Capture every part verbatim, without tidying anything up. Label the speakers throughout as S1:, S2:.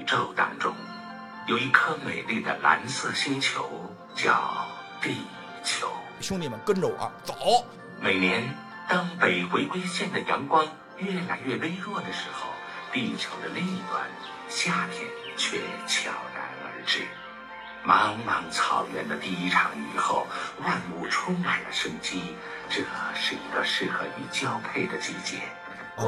S1: 宙当中，有一颗美丽的蓝色星球，叫地球。
S2: 兄弟们，跟着我走。
S1: 每年当北回归线的阳光越来越微弱的时候，地球的另一端，夏天却悄然而至。茫茫草原的第一场雨后，万物充满了生机，这是一个适合于交配的季节。
S2: 哦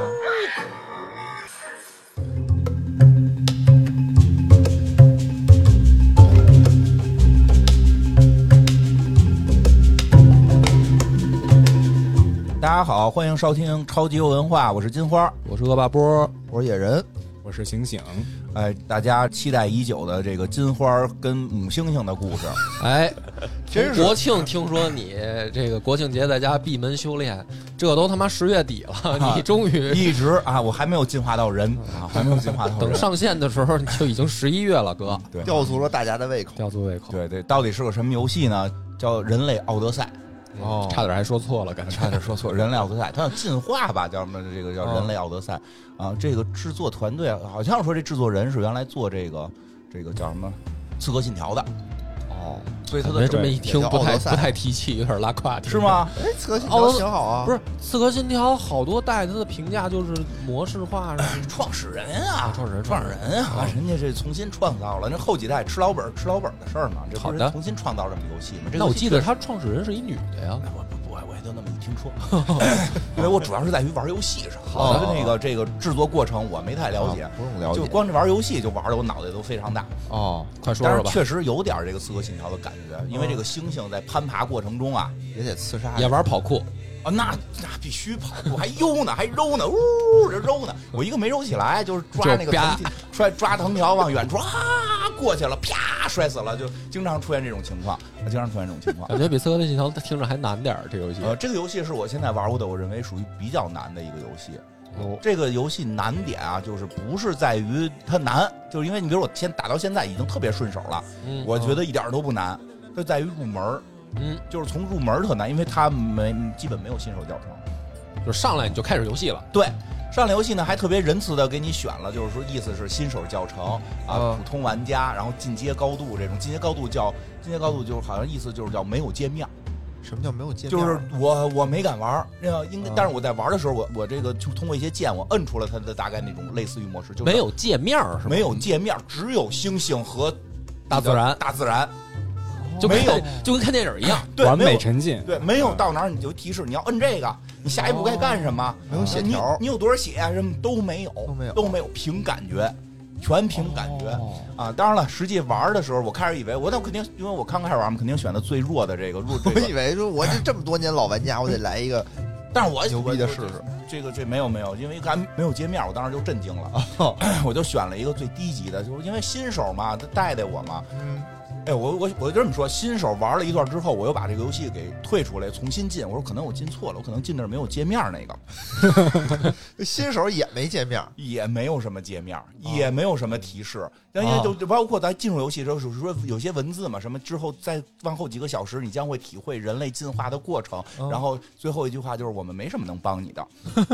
S2: 大家好，欢迎收听超级游文化，我是金花，
S3: 我是恶霸波，
S4: 我是野人，
S3: 我是醒醒。
S2: 哎，大家期待已久的这个金花跟母猩猩的故事，
S3: 哎，
S4: 真是
S3: 国庆听说你这个国庆节在家闭门修炼，这都他妈十月底了，啊、你终于
S2: 一直啊，我还没有进化到人啊，还没有进化到人。
S3: 等上线的时候，你就已经十一月了，哥，
S2: 对，
S4: 吊足了大家的胃口，
S3: 吊足胃口。
S2: 对对，到底是个什么游戏呢？叫《人类奥德赛》。
S3: 哦，差点还说错了，感觉
S2: 差点说错，人类奥德赛，它叫进化吧，叫什么？这个叫人类奥德赛、哦、啊。这个制作团队好像说这制作人是原来做这个这个叫什么《刺客信条》的哦，所以他的
S3: 这么一听不太不太提气，有点拉胯，
S2: 是吗？
S4: 哎，刺客信条挺好啊。
S3: 不是刺客信条好多代它的评价就是模式化，
S2: 创始人啊，
S3: 创始人，
S2: 创始人啊，人家这重新创造了，那后几代吃老本吃老本的事儿嘛，这不是重新创造这么游戏嘛？
S3: 那我记得他创始人是一女的呀。
S2: 我不不，我也就那么一听说，因为我主要是在于玩游戏上，
S3: 好
S2: 的那个这个制作过程我没太了解，
S4: 不用了解，
S2: 就光这玩游戏就玩的我脑袋都非常大。
S3: 哦，快说说吧。
S2: 但是确实有点这个刺客信条的感觉，因为这个猩猩在攀爬过程中啊，
S4: 也得刺杀，
S3: 也玩跑酷。
S2: 啊，那那必须跑步，还悠呢，还揉呢，呜，这揉呢，我一个没揉起来，就是抓那个藤摔抓藤条往远抓过去了，啪摔死了，就经常出现这种情况，经常出现这种情况。
S3: 感觉比刺客信条听着还难点儿，这游戏。
S2: 呃，这个游戏是我现在玩过的，我认为属于比较难的一个游戏。哦，这个游戏难点啊，就是不是在于它难，就是因为你比如我先打到现在已经特别顺手了，嗯，我觉得一点都不难，它在于入门。嗯，就是从入门特难，因为它没基本没有新手教程，
S3: 就上来你就开始游戏了。
S2: 对，上来游戏呢还特别仁慈的给你选了，就是说意思是新手教程啊，普通玩家，然后进阶高度这种进阶高度叫进阶高度，就是好像意思就是叫没有界面。
S4: 什么叫没有界面？
S2: 就是我我没敢玩，应该，但是我在玩的时候，我我这个就通过一些键，我摁出了它的大概那种类似于模式，就
S3: 没有界面是吧？
S2: 没有界面，只有星星和
S3: 大自然，
S2: 大自然。
S3: 就
S2: 没有，
S3: 就跟看电影一样，
S5: 完美沉浸。
S2: 对，没有到哪儿你就提示你要摁这个，你下一步该干什么？
S4: 没有血条，
S2: 你有多少血啊？什么都没有，
S4: 都没有，
S2: 都没有，凭感觉，全凭感觉、哦、啊！当然了，实际玩的时候，我开始以为我那肯定，因为我刚开始玩，肯定选的最弱的这个弱。这个、
S4: 我以为说我这这么多年老玩家，我得来一个，
S2: 但是我
S4: 牛逼的试试。
S2: 这个这没有没有，因为还没有界面，我当时就震惊了，哦、我就选了一个最低级的，就是因为新手嘛，他带带我嘛。嗯。哎，我我我就这么说，新手玩了一段之后，我又把这个游戏给退出来，重新进。我说可能我进错了，我可能进的是没有界面那个。
S4: 新手也没界面，
S2: 也没有什么界面，也没有什么提示。因为就包括咱进入游戏之后，就是说有些文字嘛，什么之后再往后几个小时，你将会体会人类进化的过程。然后最后一句话就是我们没什么能帮你的。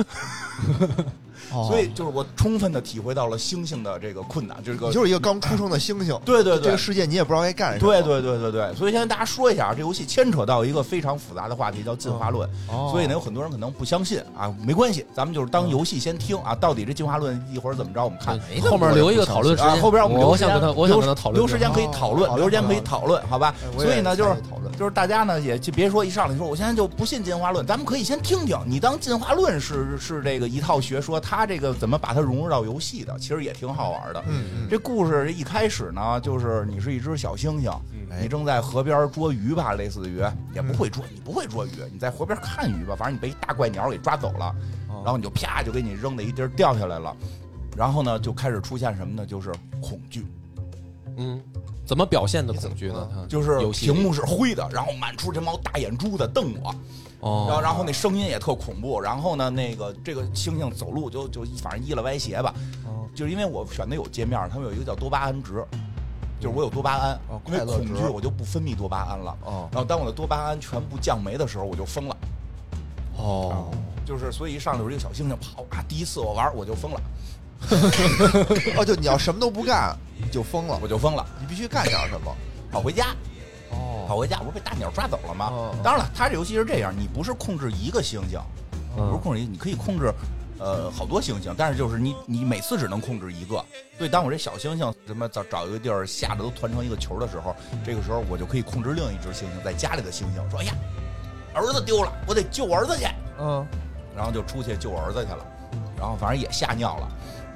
S2: 所以就是我充分的体会到了猩猩的这个困难，这个
S4: 就是一个刚出生的猩猩，
S2: 对对对，
S4: 这个世界你也不知道该干什么，
S2: 对对对对对。所以先跟大家说一下，这游戏牵扯到一个非常复杂的话题，叫进化论。哦、所以呢，有很多人可能不相信啊，没关系，咱们就是当游戏先听啊，到底这进化论一会儿怎么着，我们看
S3: 后面留一个讨论时间，
S2: 啊、后边我们留时间，
S3: 我想跟他，我想跟他讨论，
S2: 留时间可以讨论，留时间可以讨论，好吧？所以呢，就是就是大家呢也就别说一上来说，我现在就不信进化论，咱们可以先听听，你当进化论是是这个一套学说，它这个怎么把它融入到游戏的，其实也挺好玩的。嗯嗯，这故事一开始呢，就是你是一只小猩猩，嗯、你正在河边捉鱼吧，类似于也不会捉，你不会捉鱼，你在河边看鱼吧，反正你被一大怪鸟给抓走了，哦、然后你就啪就给你扔在一地儿掉下来了，然后呢就开始出现什么呢？就是恐惧。
S3: 嗯，怎么表现的恐惧呢？
S2: 就是屏幕是灰的，然后满出这帮大眼珠子瞪我。哦，然后然后那声音也特恐怖，然后呢，那个这个猩猩走路就就反正依了歪斜吧，哦，就是因为我选的有界面，他们有一个叫多巴胺值，就是我有多巴胺，哦、因为恐惧我就不分泌多巴胺了，哦，然后当我的多巴胺全部降没的时候，我就疯了，哦，就是所以一上来有一个小猩猩跑啊，第一次我玩我就疯了。
S4: 哦，就你要什么都不干就疯了，
S2: 我就疯了，
S4: 你必须干点什么，
S2: 跑回家。
S4: 哦，
S2: 跑回家，不是被大鸟抓走了吗？
S4: 哦、
S2: 当然了，它这游戏是这样，你不是控制一个猩猩，
S3: 嗯、
S2: 不是控制一个，你可以控制呃好多猩猩，但是就是你你每次只能控制一个。所以当我这小猩猩什么找找一个地儿吓得都团成一个球的时候，这个时候我就可以控制另一只猩猩，在家里的猩猩说：“哎呀，儿子丢了，我得救儿子去。”
S4: 嗯，
S2: 然后就出去救儿子去了，然后反正也吓尿了。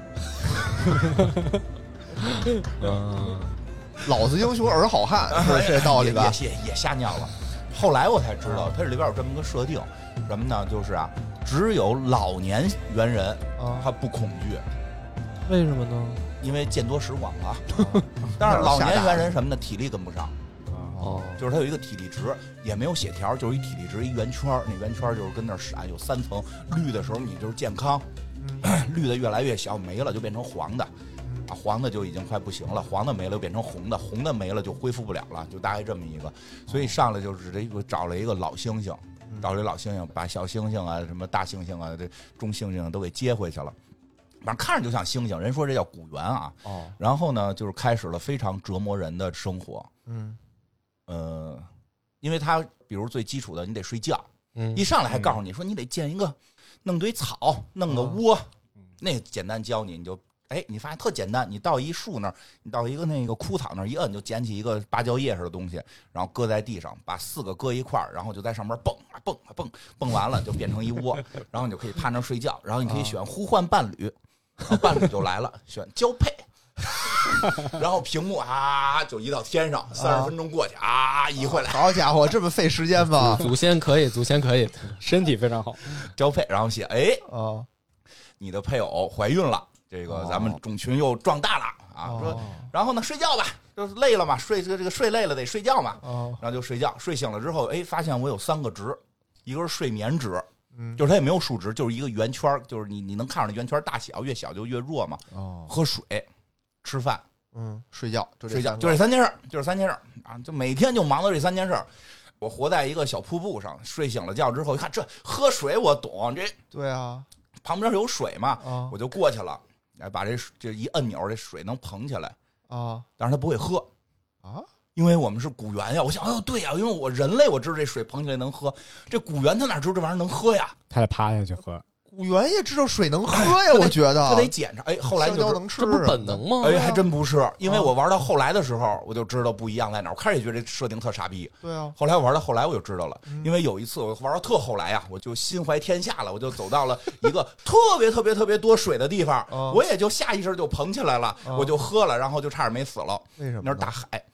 S3: 嗯。
S4: 老子英雄儿好汉，是这道理吧？
S2: 也也也吓尿了。后来我才知道，它这里边有这么个设定，什么呢？就是啊，只有老年猿人他不恐惧。
S3: 为什么呢？
S2: 因为见多识广了。但是老年猿人什么的体力跟不上。
S3: 哦，
S2: 就是他有一个体力值，也没有血条，就是一体力值，一圆圈，那圆圈就是跟那闪，有三层，绿的时候你就是健康，绿的越来越小，没了就变成黄的。啊，黄的就已经快不行了，黄的没了就变成红的，红的没了就恢复不了了，就大概这么一个。所以上来就是这个找了一个老猩猩，找了一老猩猩，把小猩猩啊、什么大猩猩啊、这中猩猩都给接回去了。反正看着就像猩猩，人说这叫古猿啊。
S4: 哦。
S2: 然后呢，就是开始了非常折磨人的生活。
S4: 嗯。
S2: 呃，因为他比如最基础的，你得睡觉。
S3: 嗯。
S2: 一上来还告诉你说，你得建一个，弄堆草，弄个窝，嗯、那个简单教你，你就。哎，你发现特简单，你到一树那儿，你到一个那个枯草那儿一摁，就捡起一个芭蕉叶似的东西，然后搁在地上，把四个搁一块儿，然后就在上面蹦啊蹦啊蹦，蹦完了就变成一窝，然后你就可以趴那睡觉，然后你可以选呼唤伴侣，然后伴侣就来了，选交配，然后屏幕啊就移到天上，三十分钟过去啊一回来，
S4: 好家伙，这么费时间吗？
S3: 祖先可以，祖先可以，
S5: 身体非常好，
S2: 交配，然后写哎
S4: 啊，
S2: 你的配偶怀孕了。这个咱们种群又壮大了啊！说，然后呢，睡觉吧，就是累了嘛，睡这个这个睡累了得睡觉嘛，然后就睡觉。睡醒了之后，哎，发现我有三个值，一个是睡眠值，就是它也没有数值，就是一个圆圈，就是你你能看着那圆圈大小，越小就越弱嘛。喝水、吃饭、
S4: 嗯，睡觉，就
S2: 睡觉，就这三件事，就是三件事啊，就每天就忙到这三件事。我活在一个小瀑布上，睡醒了觉之后，一看这喝水我懂，这
S4: 对啊，
S2: 旁边有水嘛，我就过去了。哎，把这这一按钮，这水能捧起来
S4: 啊！
S2: 但是他不会喝
S4: 啊，
S2: 因为我们是古猿呀。我想，哎呦，对呀，因为我人类我知道这水捧起来能喝，这古猿他哪知道这玩意儿能喝呀？
S5: 他得趴下去喝。
S4: 古猿也知道水能喝呀，我觉得
S2: 他得检查。哎，后来就是
S4: 能吃，
S3: 这不本能吗？
S2: 哎，还真不是，因为我玩到后来的时候，我就知道不一样在哪儿。我开始也觉得这设定特傻逼，
S4: 对啊。
S2: 后来我玩到后来我就知道了，因为有一次我玩到特后来呀，我就心怀天下了，我就走到了一个特别特别特别多水的地方，我也就下意识就捧起来了，我就喝了，然后就差点没死了。
S4: 为什么？
S2: 那是大海。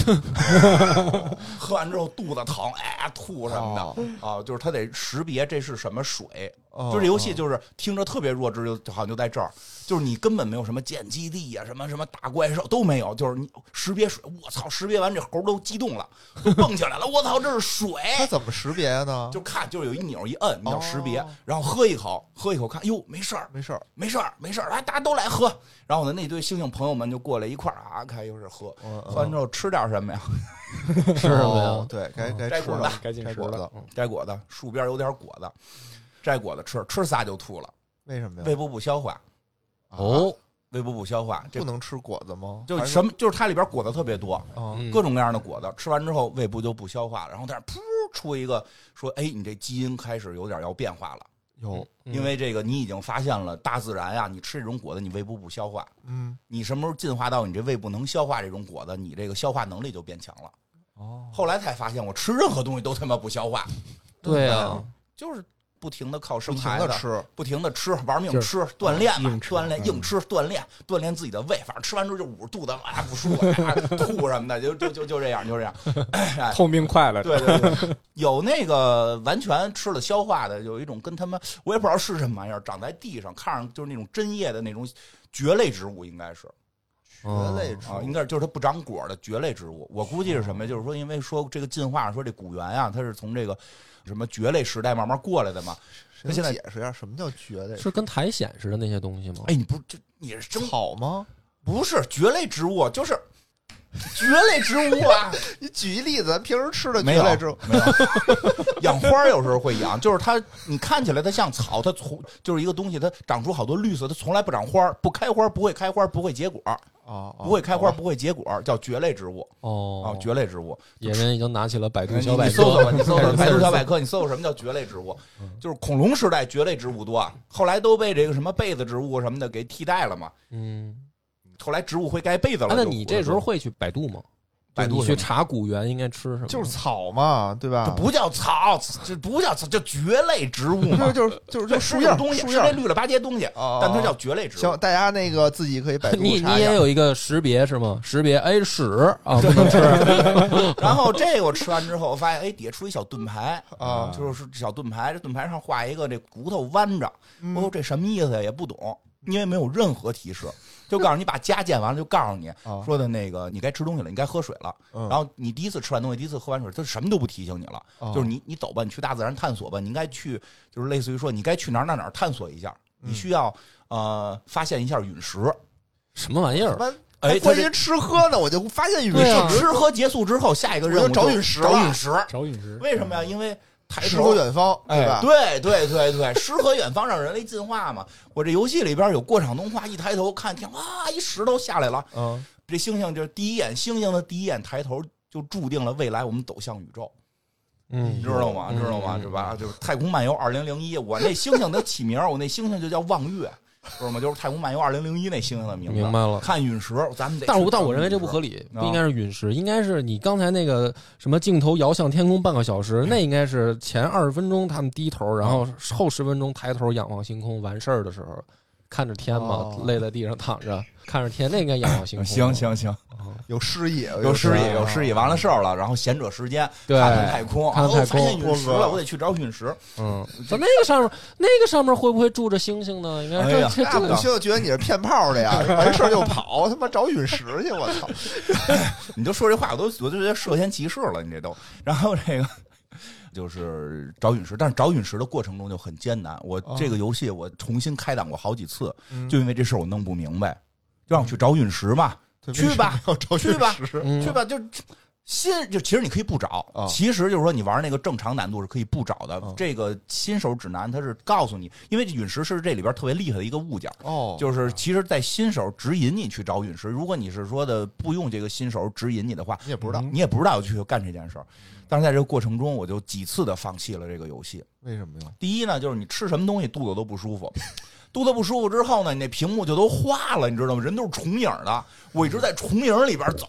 S2: 喝完之后肚子疼，哎，吐什么的、哦、啊，就是他得识别这是什么水。哦、就这游戏就是听着特别弱智，就好像就在这儿，就是你根本没有什么建基地呀、啊，什么什么打怪兽都没有，就是你识别水，我操，识别完这猴都激动了，都蹦起来了，我操，这是水。
S4: 他怎么识别呢？
S2: 就看，就是有一钮一摁，你要识别，哦、然后喝一口，喝一口看，哟，没事儿，
S4: 没事儿，
S2: 没事儿，没事儿，来，大家都来喝。然后呢，那堆猩猩朋友们就过来一块儿啊，开始喝，
S4: 嗯、
S2: 喝完之后吃点什么呀？
S3: 吃什么呀？
S4: 哦、对，该该
S2: 摘果子，
S5: 该进食
S2: 的，摘果子，树边有点果子。摘果子吃，吃仨就吐了。
S4: 为什么呀？
S2: 胃部不消化。
S3: 哦，
S2: 胃部不消化，
S4: 不能吃果子吗？
S2: 就什么，就是它里边果子特别多，
S4: 嗯、
S2: 各种各样的果子，吃完之后胃部就不消化了，然后在那噗出一个说，哎，你这基因开始有点要变化了。
S4: 有，
S2: 因为这个你已经发现了大自然呀、啊，你吃这种果子，你胃部不消化。
S4: 嗯，
S2: 你什么时候进化到你这胃部能消化这种果子，你这个消化能力就变强了。
S4: 哦，
S2: 后来才发现，我吃任何东西都他妈不消化。
S3: 对啊，
S2: 就是不停的靠生孩子
S4: 吃，
S2: 不停的吃，玩命吃，锻炼嘛，锻炼硬吃，锻炼锻炼自己的胃，反正吃完之后就捂着肚子，哎不舒服，哎、吐什么的，就就就就这样，就这样，
S5: 哎、痛并快了。
S2: 对对对，有那个完全吃了消化的，有一种跟他们我也不知道是什么玩意儿，长在地上，看上就是那种针叶的那种蕨类植物，应该是。
S4: 蕨类植物、
S2: 啊，应该就是它不长果的蕨类植物。我估计是什么？就是说，因为说这个进化，说这古猿啊，它是从这个什么蕨类时代慢慢过来的嘛。
S4: 他现在解释一下什么叫蕨类？
S3: 是跟苔藓似的那些东西吗？
S2: 哎，你不这你是真
S4: 草吗？
S2: 不是蕨类植物，就是蕨类植物啊。
S4: 你举一例子，咱平时吃的
S2: 蕨
S4: 类植物，
S2: 没有。养花有时候会养，就是它，你看起来它像草，它从就是一个东西，它长出好多绿色，它从来不长花，不开花，不会开花，不会结果。
S4: 哦，
S2: 不会开花，不会结果，叫蕨类植物。
S3: 哦，
S2: 蕨类植物。
S3: 野人已经拿起了百度小百科，
S2: 你搜搜吧，你搜搜百度小百科，你搜搜什么叫蕨类植物？就是恐龙时代蕨类植物多，后来都被这个什么被子植物什么的给替代了嘛。
S3: 嗯，
S2: 后来植物会盖被子了。
S3: 那你这时候会去百度吗？百度去查古猿应该吃什么？
S4: 就是草嘛，对吧？
S2: 这不叫草，这不叫草，叫蕨类植物嘛。
S4: 就是就是就是树叶
S2: 东西，
S4: 树叶
S2: 这绿了吧唧东西，但它叫蕨类植物。
S4: 行，大家那个自己可以百度查
S3: 你你也有一个识别是吗？识别哎屎啊不能吃。
S2: 然后这个我吃完之后，我发现哎底下出一小盾牌
S4: 啊，
S2: 就是小盾牌，这盾牌上画一个这骨头弯着，我说这什么意思呀？也不懂，因为没有任何提示。就告诉你把家建完了，就告诉你说的那个你该吃东西了，你该喝水了。然后你第一次吃完东西，第一次喝完水，他什么都不提醒你了，就是你你走吧，你去大自然探索吧，你应该去，就是类似于说你该去哪儿哪儿哪儿探索一下，你需要呃发现一下陨石，
S3: 什么玩意儿？
S2: 哎，
S4: 关于吃喝呢，我就发现陨石。
S2: 吃喝结束之后，下一个任务
S4: 找陨石，
S2: 找陨石，
S5: 找陨石。
S2: 为什么呀？因为
S4: 诗和远方，对吧？
S2: 对对对对，诗和远方让人类进化嘛。我这游戏里边有过场动画，一抬头看天，哇，一石头下来了。
S4: 嗯，
S2: 这星星就是第一眼，星星的第一眼抬头就注定了未来我们走向宇宙。
S3: 嗯，
S2: 你知道吗？知道吗？是吧？就是《太空漫游二零零一》，我那星星的起名，我那星星就叫望月。知道吗？就是《太空漫游二零零一》那星星的名字。
S3: 明白了。
S2: 看陨石，咱们得。
S3: 但是，但我认为这不合理，不应该是陨石，应该是你刚才那个什么镜头遥向天空半个小时，那应该是前二十分钟他们低头，然后后十分钟抬头仰望星空，完事儿的时候看着天嘛，
S4: 哦、
S3: 累在地上躺着看着天，那应该仰望星空。
S2: 行行行，
S4: 有诗意，
S2: 有诗意，有诗意。完了事儿了，然后贤者时间，
S3: 对，
S2: 看看太空，
S3: 看太空，
S2: 发现陨石了，我得去找陨石。
S3: 嗯，在那个上面，那个上面会不会住着星星呢？应该这这
S4: 这五星觉得你是骗炮的呀，完事儿就跑，他妈找陨石去，我操！
S2: 你就说这话，我都我就觉得涉嫌歧视了，你这都。然后这个。就是找陨石，但是找陨石的过程中就很艰难。我这个游戏我重新开档过好几次，
S4: 嗯、
S2: 就因为这事儿我弄不明白，就让我去找陨石嘛，
S4: 嗯、
S2: 去吧，去吧，
S3: 嗯、
S2: 去吧，就新就其实你可以不找，
S4: 哦、
S2: 其实就是说你玩那个正常难度是可以不找的。
S4: 哦、
S2: 这个新手指南它是告诉你，因为陨石是这里边特别厉害的一个物件
S4: 哦，
S2: 就是其实，在新手指引你去找陨石。如果你是说的不用这个新手指引你的话，
S4: 你也不知道，
S2: 你也不知道要去干这件事儿。但是在这个过程中，我就几次的放弃了这个游戏。
S4: 为什么呀？
S2: 第一呢，就是你吃什么东西肚子都不舒服，肚子不舒服之后呢，你那屏幕就都花了，你知道吗？人都是重影的，我一直在重影里边走，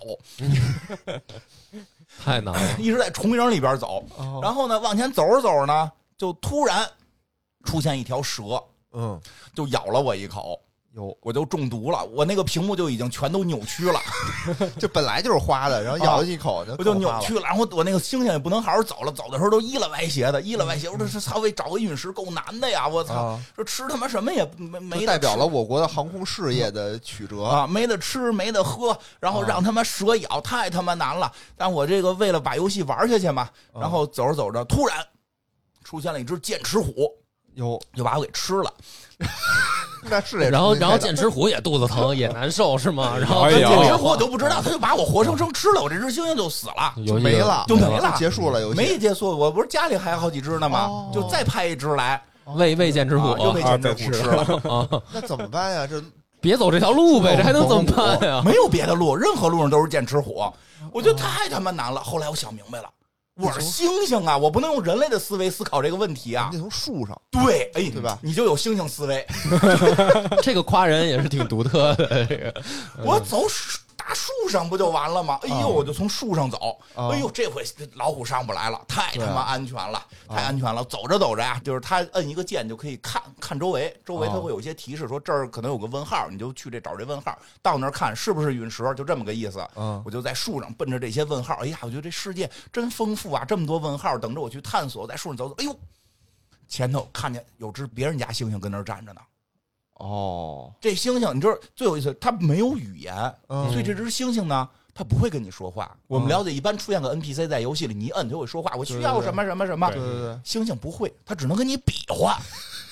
S3: 太难了，
S2: 一直在重影里边走。
S4: 哦、
S2: 然后呢，往前走着走着呢，就突然出现一条蛇，
S4: 嗯，
S2: 就咬了我一口。
S4: 有，
S2: 我就中毒了，我那个屏幕就已经全都扭曲了，
S4: 就本来就是花的，然后咬了一口就、
S2: 啊、我就扭曲了，然后我那个星星也不能好好走了，走的时候都依了歪斜的，依了歪斜。我说这操，为找个陨石够难的呀！我操，
S4: 啊、
S2: 说吃他妈什么也没没
S4: 代表了我国的航空事业的曲折
S2: 啊，没得吃没得喝，然后让他妈蛇咬，太他妈难了。但我这个为了把游戏玩下去嘛，然后走着走着，突然出现了一只剑齿虎，
S4: 有
S2: 就把我给吃了。
S4: 那是也
S3: 然后然后剑齿虎也肚子疼也难受是吗？然后
S2: 剑齿虎我都不知道，他就把我活生生吃了，我这只猩猩就死了，
S4: 就没了，
S2: 就没了，
S4: 结束了游戏。
S2: 没结束，我不是家里还有好几只呢吗？
S4: 哦、
S2: 就再派一只来
S3: 喂喂剑齿虎，
S2: 又被剑齿虎吃了
S3: 啊！
S4: 那怎么办呀？这
S3: 别走这条路呗，这还能怎么办呀？
S2: 没有别的路，任何路上都是剑齿虎，我觉得太他妈难了。后来我想明白了。我是猩猩啊，我不能用人类的思维思考这个问题啊！
S4: 你得从树上，
S2: 对，哎，
S4: 对吧？
S2: 你就有猩猩思维，
S3: 这个夸人也是挺独特的。这个，
S2: 我走大树上不就完了吗？哎呦，我就从树上走，哎呦，这回老虎上不来了，太他妈安全了，太安全了。走着走着呀，就是他摁一个键就可以看看周围，周围他会有一些提示，说这儿可能有个问号，你就去这找这问号，到那儿看是不是陨石，就这么个意思。
S4: 嗯，
S2: 我就在树上奔着这些问号，哎呀，我觉得这世界真丰富啊，这么多问号等着我去探索。在树上走走，哎呦，前头看见有只别人家猩猩跟那儿站着呢。
S4: 哦，
S2: 这猩猩，你知道最有意思，它没有语言，
S4: 嗯、
S2: 所以这只猩猩呢，它不会跟你说话。我们了解，一般出现个 N P C 在游戏里，你一摁就会说话，我需要什么什么什么。
S4: 对对对，
S2: 猩猩不会，它只能跟你比划。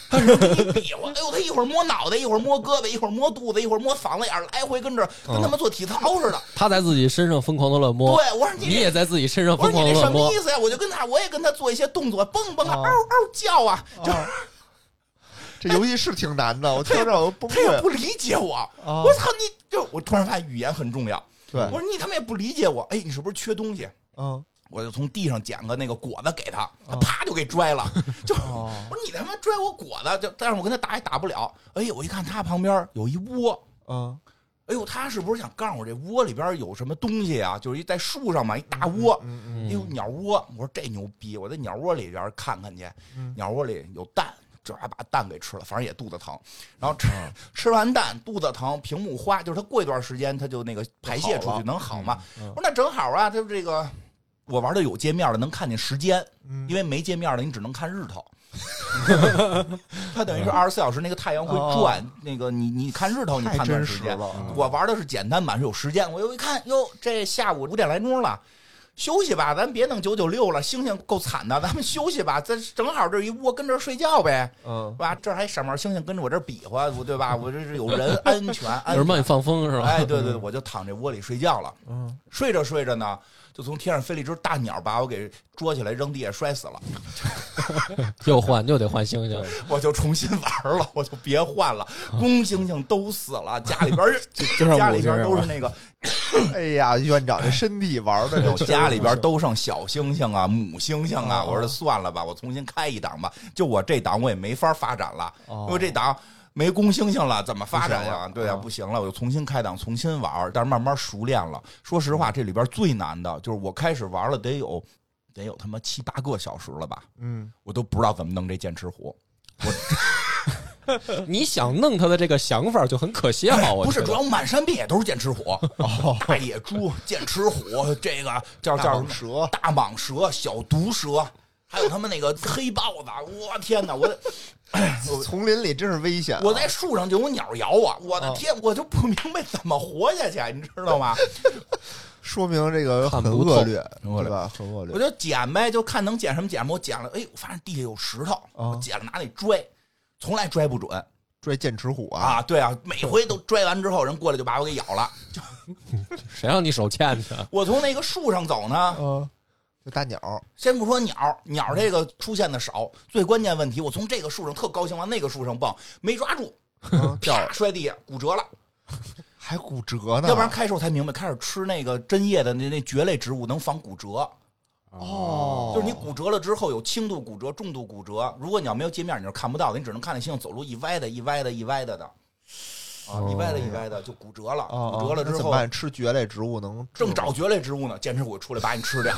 S2: 他是跟你比划，哎呦，他一会儿摸脑袋，一会儿摸胳膊，一会儿摸肚子，一会儿摸嗓子眼，来回跟着跟他们做体操似的。
S3: 他在自己身上疯狂的乱摸，
S2: 对我说你
S3: 你也在自己身上疯狂的乱摸，
S2: 我说你这什么意思呀？我就跟他，我也跟他做一些动作，蹦蹦啊，嗷嗷叫啊，就。
S4: 这游戏是挺难的，我听着我崩溃。
S2: 他也不理解我，啊、我操！你就我突然发现语言很重要。
S4: 对，
S2: 我说你他妈也不理解我，哎，你是不是缺东西？
S4: 嗯，
S2: 我就从地上捡个那个果子给他，他啪就给拽了。就、哦、我说你他妈拽我果子，就但是我跟他打也打不了。哎呦，我一看他旁边有一窝，
S4: 嗯，
S2: 哎呦，他是不是想告诉我这窝里边有什么东西啊？就是一在树上嘛，一大窝，
S4: 嗯嗯，
S2: 哎呦鸟窝。我说这牛逼，我在鸟窝里边看看去，
S4: 嗯、
S2: 鸟窝里有蛋。这还把蛋给吃了，反正也肚子疼。然后吃吃完蛋，肚子疼，屏幕花，就是他过一段时间他就那个排泄出去能好嘛？我说那正好啊，他这个我玩的有界面的能看见时间，因为没界面的你只能看日头。它等于是二十四小时，那个太阳会转，那个你你看日头，你判断时间。我玩的是简单版，是有时间。我又一看，哟，这下午五点来钟了。休息吧，咱别弄九九六了，星星够惨的，咱们休息吧。咱正好这一窝跟这儿睡觉呗，嗯，是吧？这还闪冒星星跟着我这儿比划，对吧？我这是有人安全，安全
S3: 有人帮你放风是吧？
S2: 哎，对对，我就躺这窝里睡觉了。嗯，睡着睡着呢，就从天上飞了一只大鸟，把我给捉起来扔地下摔死了。
S3: 又换又得换星星，
S2: 我就重新玩了，我就别换了。公猩猩都死了，家里边家里边都是那个。
S4: 哎呀，院长这身体玩的，
S2: 家里边都剩小猩猩啊、母猩猩啊。我说算了吧，我重新开一档吧。就我这档我也没法发展了，因为这档没公猩猩了，怎么发展呀？对啊，不行了，我就重新开档，重新玩。但是慢慢熟练了。说实话，这里边最难的就是我开始玩了得有得有他妈七八个小时了吧？嗯，我都不知道怎么弄这剑齿虎。我。
S3: 你想弄他的这个想法就很可笑，我
S2: 不是，主要满山遍野都是剑齿虎，哦、大野猪、剑齿虎，这个叫叫什么
S4: 蛇、
S2: 大蟒蛇、小毒蛇，还有他们那个黑豹子。我天哪！我
S4: 丛林里真是危险、啊。
S2: 我在树上就有鸟咬我，我的天，我就不明白怎么活下去，你知道吗？
S4: 说明这个很恶劣，对吧？很恶劣。
S2: 我就捡呗，就看能捡什么捡什么。我捡了，哎，我发现地下有石头，我捡了拿那拽。从来拽不准，
S4: 拽剑齿虎啊！
S2: 啊，对啊，每回都拽完之后，人过来就把我给咬了。就
S3: 谁让你手欠的？
S2: 我从那个树上走呢，
S4: 嗯，就大鸟。
S2: 先不说鸟，鸟这个出现的少，最关键问题，我从这个树上特高兴往那个树上蹦，没抓住，啪摔地下骨折了，
S4: 还骨折呢。
S2: 要不然开始我才明白，开始吃那个针叶的那那蕨类植物能防骨折。哦，就是你骨折了之后有轻度骨折、重度骨折，如果你要没有界面，你是看不到的，你只能看那猩猩走路一歪的、一歪的、一歪的的，啊，一歪的、一歪的就骨折了。
S4: 哦、
S2: 骨折了之后
S4: 怎么办？吃蕨类植物能
S2: 正找蕨类植物呢，剑齿虎出来把你吃掉。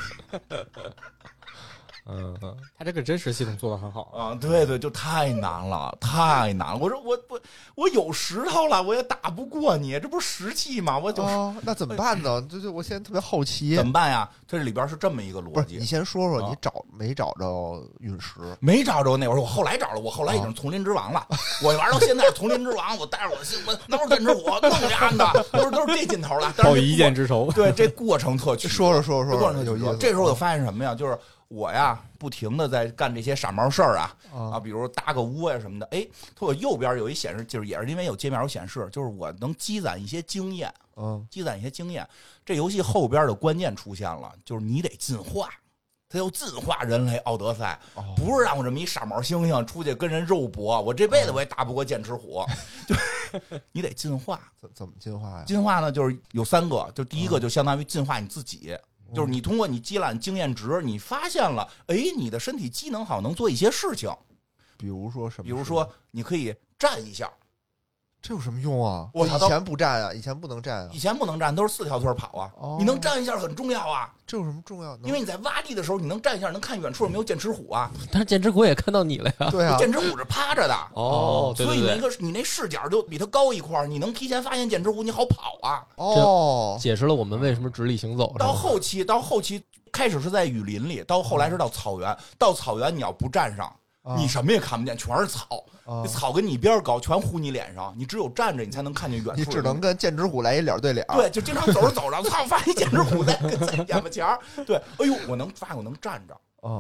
S5: 嗯嗯，他这个真实系统做得很好
S2: 啊！对对，就太难了，太难了。我说我我我有石头了，我也打不过你，这不是石器吗？我就、
S4: 哦、那怎么办呢？这就我现在特别好奇，
S2: 怎么办呀？这里边是这么一个逻辑。
S4: 你先说说，你找、啊、没找着陨石？
S2: 没找着那会儿，我后来找了，我后来已经是丛林之王了。啊、我玩到现在丛林之王，我带着我的新闻，那不是剑齿虎，弄这样的，都是都是这劲头了。
S5: 报以一箭之仇。
S2: 对，这过程特曲折。
S4: 说说说说，
S2: 过程特曲折。这时候我发现什么呀？就是。我呀，不停的在干这些傻毛事儿啊啊，比如搭个窝呀什么的。哎，我右边有一显示，就是也是因为有界面有显示，就是我能积攒一些经验，嗯，积攒一些经验。这游戏后边的关键出现了，就是你得进化，它要进化人类奥德赛，哦、不是让我这么一傻毛猩猩出去跟人肉搏，我这辈子我也打不过剑齿虎。就你得进化，
S4: 怎怎么进化呀？
S2: 进化呢，就是有三个，就第一个就相当于进化你自己。嗯就是你通过你积攒经验值，你发现了，哎，你的身体机能好，能做一些事情，
S4: 比如说什么？
S2: 比如说你可以站一下，
S4: 这有什么用啊？我以前不站啊，以前不能站啊，
S2: 以前不能站，都是四条腿跑啊。哦、你能站一下很重要啊，
S4: 这有什么重要？
S2: 因为你在挖地的时候，你能站一下，能看远处有没有剑齿虎啊。
S3: 但是剑齿虎也看到你了呀。
S4: 对啊，
S2: 剑齿虎是趴着的
S3: 哦，
S2: 所以你那个你那视角就比它高一块，你能提前发现剑齿虎，你好跑啊。
S3: 哦，解释了我们为什么直立行走。
S2: 到后期，到后期开始是在雨林里，到后来是到草原，到草原你要不站上。你什么也看不见，全是草，
S4: 啊、
S2: 这草跟你一边高，全糊你脸上。你只有站着，你才能看见远处。
S4: 你只能跟剑齿虎来一脸对脸。
S2: 对，就经常走着走着，操，发现剑齿虎在在眼巴前儿。对，哎呦，我能发现我能站着。
S4: 哦，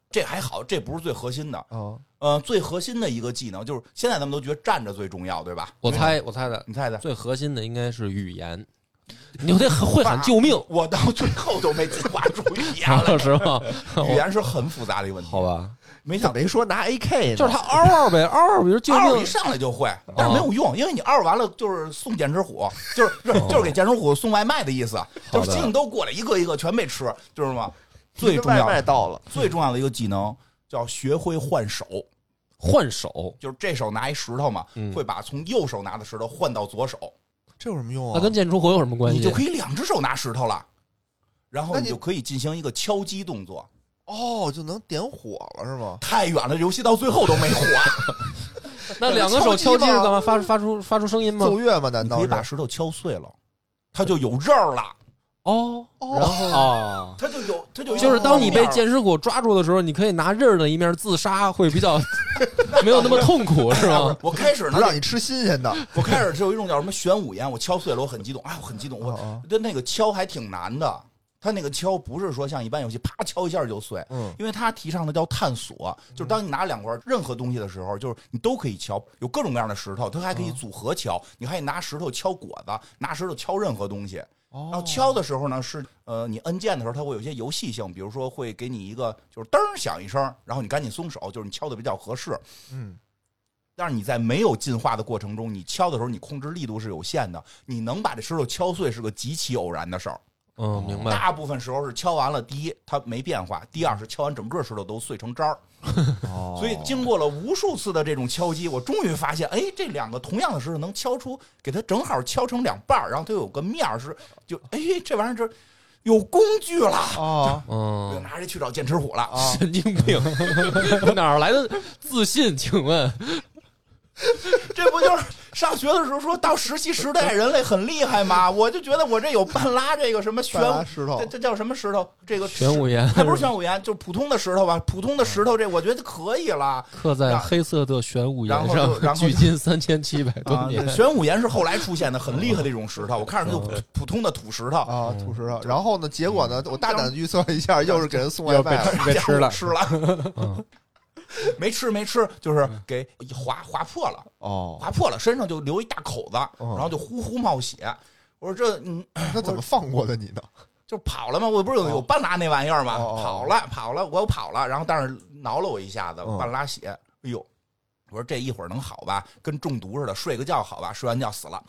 S2: 这还好，这不是最核心的。
S4: 哦，
S2: 呃，最核心的一个技能就是现在咱们都觉得站着最重要，对吧？
S3: 我猜，我猜的，
S2: 你猜猜，
S3: 最核心的应该是语言。你得会喊救命，
S2: 我到最后都没进化出语言了，
S3: 是吧？
S2: 语言是很复杂的一个问题，
S3: 好吧？
S2: 没想
S4: 没说拿 A K 呢，
S3: 就是他嗷嗷呗，嗷嗷，比如救命，
S2: 一上来就会，但是没有用，因为你嗷完了就是送剑齿虎，就是就是给剑齿虎送外卖的意思，就是猩猩都过来一个一个全被吃，知道吗？最重要
S4: 外卖到了，
S2: 最重要的一个技能叫学会换手。
S3: 换手
S2: 就是这手拿一石头嘛，
S3: 嗯、
S2: 会把从右手拿的石头换到左手。
S4: 这有什么用啊？
S3: 那跟剑齿虎有什么关系？
S2: 你就可以两只手拿石头了，然后你就可以进行一个敲击动作。
S4: 哦，就能点火了是吗？
S2: 太远了，游戏到最后都没火。
S3: 那两个手敲击是干嘛？发发出发出声音吗？
S4: 奏乐吗？难道
S2: 你可以把石头敲碎了，它就有刃儿了。
S3: 哦，然后
S5: 哦，
S2: 它就有，它就
S3: 就是当你被剑齿虎抓住的时候，你可以拿刃的一面自杀，会比较没有那么痛苦，是吧？
S2: 我开始呢，
S4: 不让你吃新鲜的。
S2: 我开始是有一种叫什么玄武岩，我敲碎了，我很激动，哎，我很激动，我的那个敲还挺难的。他那个敲不是说像一般游戏啪敲一下就碎，
S4: 嗯，
S2: 因为他提倡的叫探索，就是当你拿两块任何东西的时候，就是你都可以敲，有各种各样的石头，它还可以组合敲，你还可以拿石头敲果子，拿石头敲任何东西。然后敲的时候呢，是呃，你摁键的时候，它会有一些游戏性，比如说会给你一个就是噔响一声，然后你赶紧松手，就是你敲的比较合适。
S4: 嗯，
S2: 但是你在没有进化的过程中，你敲的时候，你控制力度是有限的，你能把这石头敲碎是个极其偶然的事儿。
S3: 嗯，明白。
S2: 大部分时候是敲完了，第一它没变化，第二是敲完整个石头都碎成渣儿。
S4: 哦，
S2: 所以经过了无数次的这种敲击，我终于发现，哎，这两个同样的石头能敲出，给它正好敲成两半，然后它有个面是，就哎，这玩意儿这有工具了
S4: 啊！
S2: 嗯，我拿着去找剑齿虎了
S4: 啊！
S3: 神经病，哪来的自信？请问，
S2: 这不就是上学的时候说到石器时代人类很厉害吗？我就觉得我这有半拉这个什么玄武
S4: 石头，
S2: 这这叫什么石头？这个
S3: 玄武岩，
S2: 还不是玄武岩，就是普通的石头吧？普通的石头，这我觉得可以了。
S3: 刻在黑色的玄武岩上，
S2: 然后
S3: 距今三千七百多年。
S2: 啊、玄武岩是后来出现的，很厉害的一种石头。我看着就普通的土石头
S4: 啊，土石头。然后呢，结果呢，我大胆预测一下，又是给人送外卖，
S5: 被吃了，
S2: 吃了。嗯没吃没吃，就是给划划破了
S4: 哦，
S2: 划破了，身上就留一大口子，然后就呼呼冒血。我说这嗯，
S4: 那怎么放过的你呢？
S2: 就跑了嘛，我不是有有半拉那玩意儿吗？
S4: 哦、
S2: 跑了跑了，我又跑了，然后但是挠了我一下子，半拉血。哎呦，我说这一会儿能好吧？跟中毒似的，睡个觉好吧？睡完觉死了。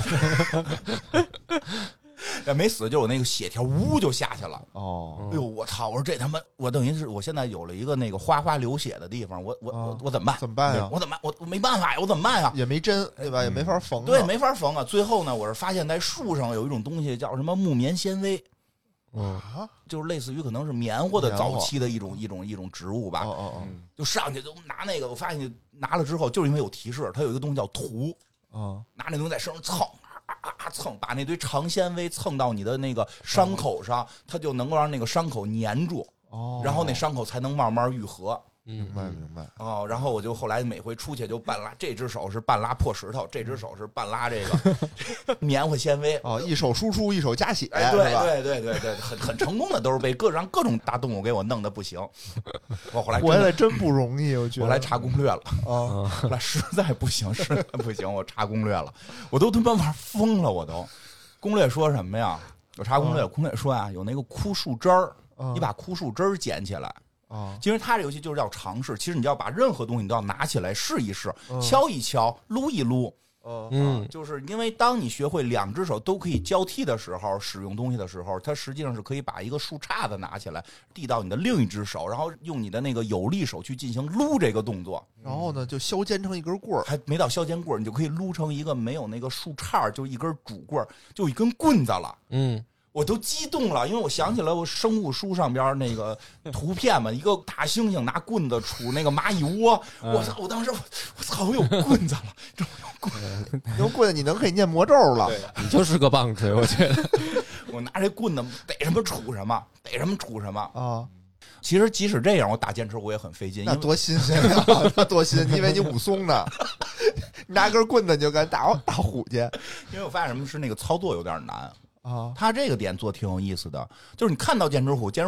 S2: 也没死，就我那个血条呜就下去了。
S4: 哦，
S2: 哎呦，我操！我说这他妈，我等于是我现在有了一个那个哗哗流血的地方，我我、哦、我我怎么办？
S4: 怎么办呀？
S2: 我怎么办？我我没办法呀，我怎么办呀？
S4: 也没针对吧？也没法缝、啊。
S2: 对，没法缝啊。最后呢，我是发现在树上有一种东西叫什么木棉纤维。
S3: 嗯，
S2: 就是类似于可能是棉花的早期的一种一种一种植物吧。
S4: 哦哦哦，
S2: 就上去就拿那个，我发现拿了之后，就是因为有提示，它有一个东西叫涂。
S4: 哦，
S2: 拿那东西在身上蹭。啊啊蹭，把那堆长纤维蹭到你的那个伤口上，它就能够让那个伤口粘住，
S4: 哦，
S2: 然后那伤口才能慢慢愈合。
S4: 明白明白。
S2: 哦，然后我就后来每回出去就半拉，这只手是半拉破石头，这只手是半拉这个棉花纤维。
S4: 哦，一手输出，一手加血。
S2: 哎，对对对对对，很很成功的，都是被各让各种大动物给我弄得不行。我后来
S4: 活下来真不容易，我觉得。
S2: 后来查攻略了
S4: 啊，
S2: 后来实在不行，实在不行，我查攻略了，我都他妈玩疯了，我都。攻略说什么呀？我查攻略，攻略说呀，有那个枯树枝儿，你把枯树枝儿捡起来。
S4: 啊，
S2: 其实它这游戏就是要尝试，其实你要把任何东西你都要拿起来试一试，敲一敲，撸一撸。
S3: 嗯，
S2: 就是因为当你学会两只手都可以交替的时候，使用东西的时候，它实际上是可以把一个树杈子拿起来递到你的另一只手，然后用你的那个有力手去进行撸这个动作。
S4: 然后呢，就削尖成一根棍儿，
S2: 还没到削尖棍儿，你就可以撸成一个没有那个树杈，就一根主棍儿，就一根棍子了。
S3: 嗯。
S2: 我都激动了，因为我想起了我生物书上边那个图片嘛，一个大猩猩拿棍子杵那个蚂蚁窝，我操！我当时我我操，我有棍子了，这有棍子，
S4: 有棍子你能可以念魔咒了，
S3: 你就是个棒槌，我觉得。
S2: 我拿这棍子逮什么杵什么，逮什么杵什么
S4: 啊！
S2: 其实即使这样，我打剑齿虎也很费劲，
S4: 那多新鲜呀！那多新，你以为你武松呢？你拿根棍子你就敢打打虎去？
S2: 因为我发现什么是那个操作有点难。
S4: 啊，
S2: 他这个点做挺有意思的，就是你看到剑齿虎，剑齿虎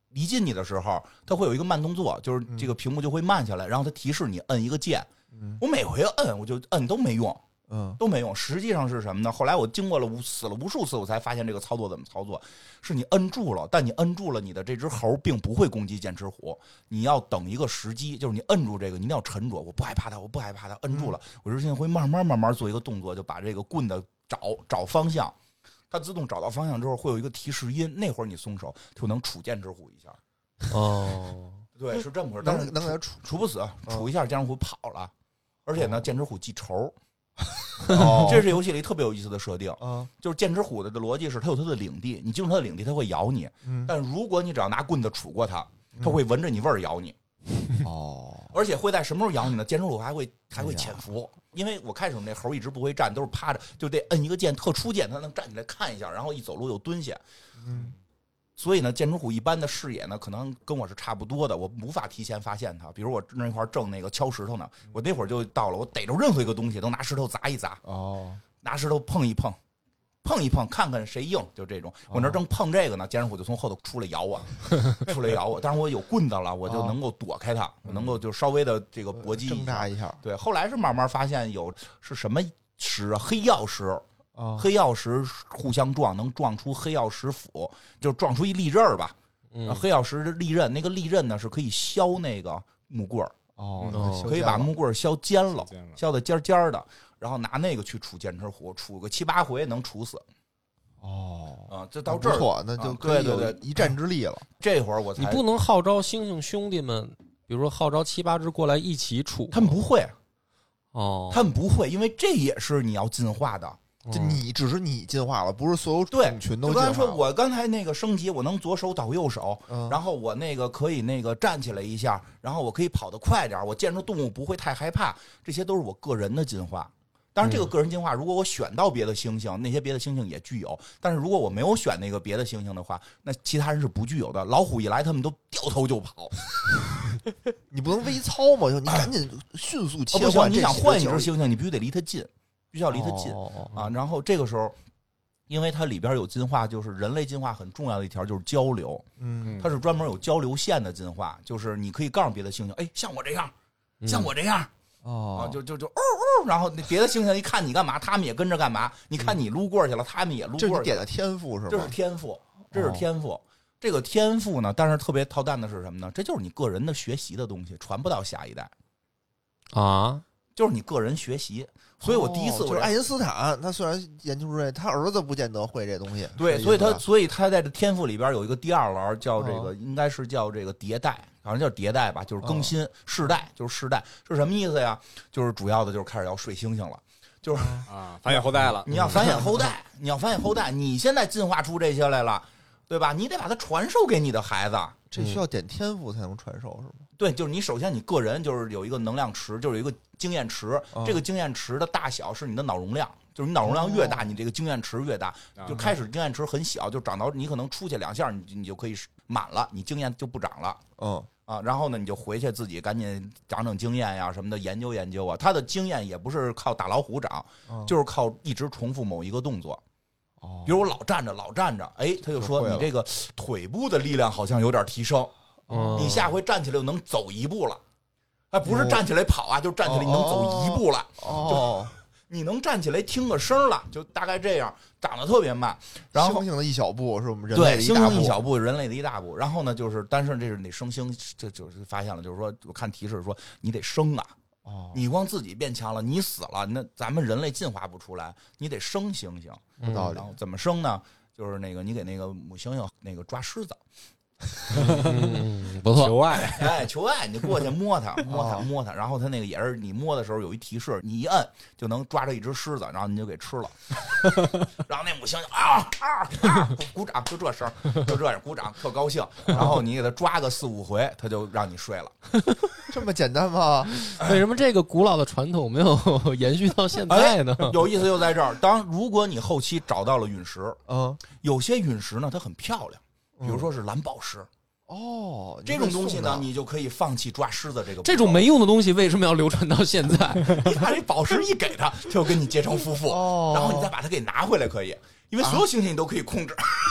S2: 离近你的时候，它会有一个慢动作，就是这个屏幕就会慢下来，然后它提示你摁一个键。我每回摁我就摁都没用。
S4: 嗯，
S2: 都没用。实际上是什么呢？后来我经过了无死了无数次，我才发现这个操作怎么操作。是你摁住了，但你摁住了，你的这只猴并不会攻击剑齿虎。你要等一个时机，就是你摁住这个，你一定要沉着。我不害怕它，我不害怕它，摁住了，我就现在会慢慢慢慢做一个动作，就把这个棍的找找方向。它自动找到方向之后，会有一个提示音，那会儿你松手就能杵剑齿虎一下。
S3: 哦，
S2: 对，是这么回事。但是
S4: 能给它
S2: 杵杵不死，杵一下剑齿虎跑了，而且呢，剑齿虎记仇。
S4: 哦，
S2: 这是游戏里特别有意思的设定，
S4: 嗯，
S2: 就是剑齿虎的逻辑是它有它的领地，你进入它的领地，它会咬你，
S4: 嗯，
S2: 但如果你只要拿棍子杵过它，它会闻着你味儿咬你，
S4: 哦，
S2: 而且会在什么时候咬你呢？剑齿虎还会还会潜伏，因为我开始那猴一直不会站，都是趴着，就得摁一个键特殊键，它能站起来看一下，然后一走路又蹲下，
S4: 嗯。
S2: 所以呢，剑齿虎一般的视野呢，可能跟我是差不多的，我无法提前发现它。比如我那块正那个敲石头呢，我那会儿就到了，我逮着任何一个东西都拿石头砸一砸，
S4: 哦，
S2: 拿石头碰一碰，碰一碰，看看谁硬，就这种。我那正碰这个呢，剑齿虎就从后头出来咬我，出来咬我。但是我有棍子了，我就能够躲开它，我能够就稍微的这个搏击
S4: 挣扎一下。
S2: 对，后来是慢慢发现有是什么石啊，黑曜石。
S4: 哦、
S2: 黑曜石互相撞，能撞出黑曜石斧，就撞出一利刃吧。嗯、黑曜石的利刃，那个利刃呢是可以削那个木棍儿。
S4: 哦，
S2: 可以把木棍儿削尖了，削的尖尖的，然后拿那个去杵剑齿虎，杵个七八回能杵死。
S4: 哦，
S2: 啊，这到这儿
S4: 不错，那就可以有一战之力了。
S2: 这会儿我才
S3: 你不能号召猩猩兄弟们，比如说号召七八只过来一起杵，
S2: 他们不会。
S3: 哦，
S2: 他们不会，因为这也是你要进化的。
S4: 就你只是你进化了，不是所有种群都进化了。
S2: 对，就刚才说我刚才那个升级，我能左手倒右手，
S4: 嗯、
S2: 然后我那个可以那个站起来一下，然后我可以跑得快点，我见着动物不会太害怕，这些都是我个人的进化。当然，这个个人进化，如果我选到别的猩猩，那些别的猩猩也具有；但是如果我没有选那个别的猩猩的话，那其他人是不具有的。老虎一来，他们都掉头就跑。
S4: 你不能微操吗？就你赶紧迅速切换。
S2: 哦、不行，你想换一只猩猩，你必须得离它近。必须要离它近、
S4: 哦、
S2: 啊，然后这个时候，因为它里边有进化，就是人类进化很重要的一条就是交流，
S4: 嗯，
S2: 它是专门有交流线的进化，就是你可以告诉别的猩猩，哎，像我这样，像我这样，
S4: 哦、
S2: 啊，就就就哦哦，然后别的猩猩一看你干嘛，他们也跟着干嘛，你看你撸过去了，他们也撸过去了，
S4: 这是点的天赋是吧？
S2: 这是天赋，这是天赋。哦、这个天赋呢，但是特别操蛋的是什么呢？这就是你个人的学习的东西，传不到下一代
S3: 啊。
S2: 就是你个人学习，所以我第一次我、
S4: 哦、就是爱因斯坦，他虽然研究出来，他儿子不见得会这东西。
S2: 对，所以他所以他在这天赋里边有一个第二栏叫这个，
S4: 哦、
S2: 应该是叫这个迭代，好像叫迭代吧，就是更新、哦、世代，就是世代是什么意思呀？就是主要的就是开始要睡猩猩了，就是
S5: 啊，繁衍后代了。
S2: 你要繁衍后代，你要繁衍后代，你现在进化出这些来了，对吧？你得把它传授给你的孩子。
S4: 这需要点天赋才能传授是吗？
S2: 对，就是你首先你个人就是有一个能量池，就是有一个经验池，
S4: 哦、
S2: 这个经验池的大小是你的脑容量，就是你脑容量越大，哦、你这个经验池越大。就开始经验池很小，就长到你可能出去两下，你你就可以满了，你经验就不长了。
S4: 嗯
S2: 啊，然后呢，你就回去自己赶紧长长经验呀什么的，研究研究啊。他的经验也不是靠打老虎长，
S4: 嗯、
S2: 就是靠一直重复某一个动作。
S4: 哦，
S2: 比如我老站着，老站着，哎，他就说你这个腿部的力量好像有点提升。
S3: 哦、
S2: 你下回站起来就能走一步了，还不是站起来跑啊，就站起来你能走一步了。
S4: 哦，
S2: 你能站起来听个声了，就大概这样，长得特别慢。然后
S4: 猩猩的一小步是我们人类的一大步，
S2: 对，猩猩一小步，人类的一大步。然后呢，就是但是这是你生猩，这就是发现了，就是说我看提示说你得生啊。
S4: 哦，
S2: 你光自己变强了，你死了，那咱们人类进化不出来，你得生猩猩。
S4: 有道理。
S2: 然后怎么生呢？就是那个你给那个母猩猩那个抓虱子。
S3: 嗯，不错，
S5: 求爱，
S2: 哎，求爱，你过去摸它，摸它，摸它，然后它那个也是你摸的时候有一提示，你一摁就能抓着一只狮子，然后你就给吃了。然后那母猩猩啊啊啊，鼓掌，就这声，就这样鼓掌，特高兴。然后你给它抓个四五回，它就让你睡了。
S4: 这么简单吗？
S3: 为什么这个古老的传统没有延续到现在呢？
S2: 哎、有意思就在这儿，当如果你后期找到了陨石，
S4: 嗯，
S2: 有些陨石呢它很漂亮。比如说是蓝宝石，
S4: 哦，
S2: 这种东西呢，你就可以放弃抓狮子这个。
S3: 这种没用的东西为什么要流传到现在？
S2: 你把这宝石一给他，就跟你结成夫妇，
S4: 哦、
S2: 然后你再把它给拿回来可以，因为所有猩猩你都可以控制。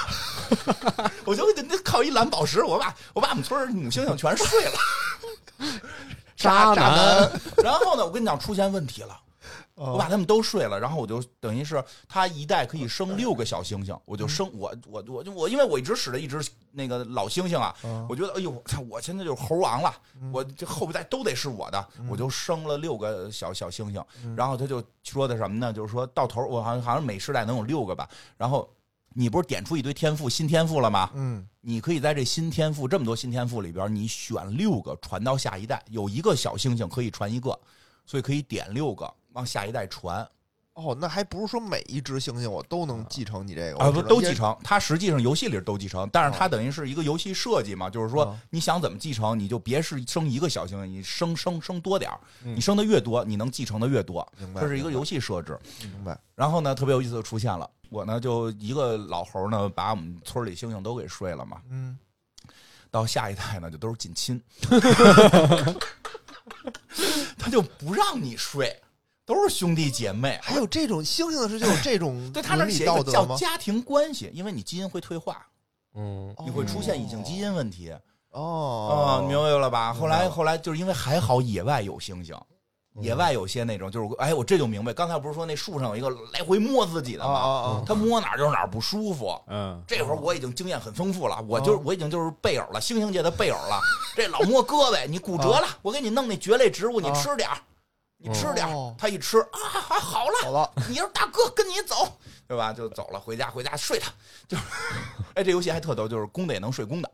S2: 我就那靠一蓝宝石，我把我把我们村母猩猩全睡了，
S3: 渣男。
S2: 然后呢，我跟你讲出现问题了。我把他们都睡了，然后我就等于是他一代可以生六个小猩猩，我就生我我我就我因为我一直使的一只那个老猩猩啊，我觉得哎呦，我现在就是猴王了，我这后一代都得是我的，我就生了六个小小猩猩，然后他就说的什么呢？就是说到头我好像好像每世代能有六个吧，然后你不是点出一堆天赋新天赋了吗？
S4: 嗯，
S2: 你可以在这新天赋这么多新天赋里边，你选六个传到下一代，有一个小猩猩可以传一个，所以可以点六个。往下一代传，
S4: 哦，那还不是说每一只猩猩我都能继承你这个
S2: 啊？不，都继承。它实际上游戏里都继承，但是它等于是一个游戏设计嘛，就是说你想怎么继承，你就别是生一个小猩猩，你生生生多点儿，你生的越多，你能继承的越多。这是一个游戏设置。
S4: 明白。
S2: 然后呢，特别有意思的出现了，我呢就一个老猴呢，把我们村里猩猩都给睡了嘛。
S4: 嗯。
S2: 到下一代呢，就都是近亲，他就不让你睡。都是兄弟姐妹，
S4: 还有这种猩猩的是就有这种
S2: 对他那写一个叫家庭关系，因为你基因会退化，嗯，你会出现隐性基因问题。
S4: 哦，
S2: 哦，明白了吧？后来后来就是因为还好野外有猩猩，野外有些那种就是哎，我这就明白，刚才不是说那树上有一个来回摸自己的吗？他摸哪儿就是哪儿不舒服。嗯，这会儿我已经经验很丰富了，我就我已经就是贝尔了，猩猩界的贝尔了。这老摸胳膊，你骨折了，我给你弄那蕨类植物，你吃点儿。你吃点、哦、他一吃啊，好了，
S4: 好了，
S2: 你是大哥，跟你走，对吧？就走了，回家，回家睡他。就是，哎，这游戏还特逗，就是公的也能睡公的，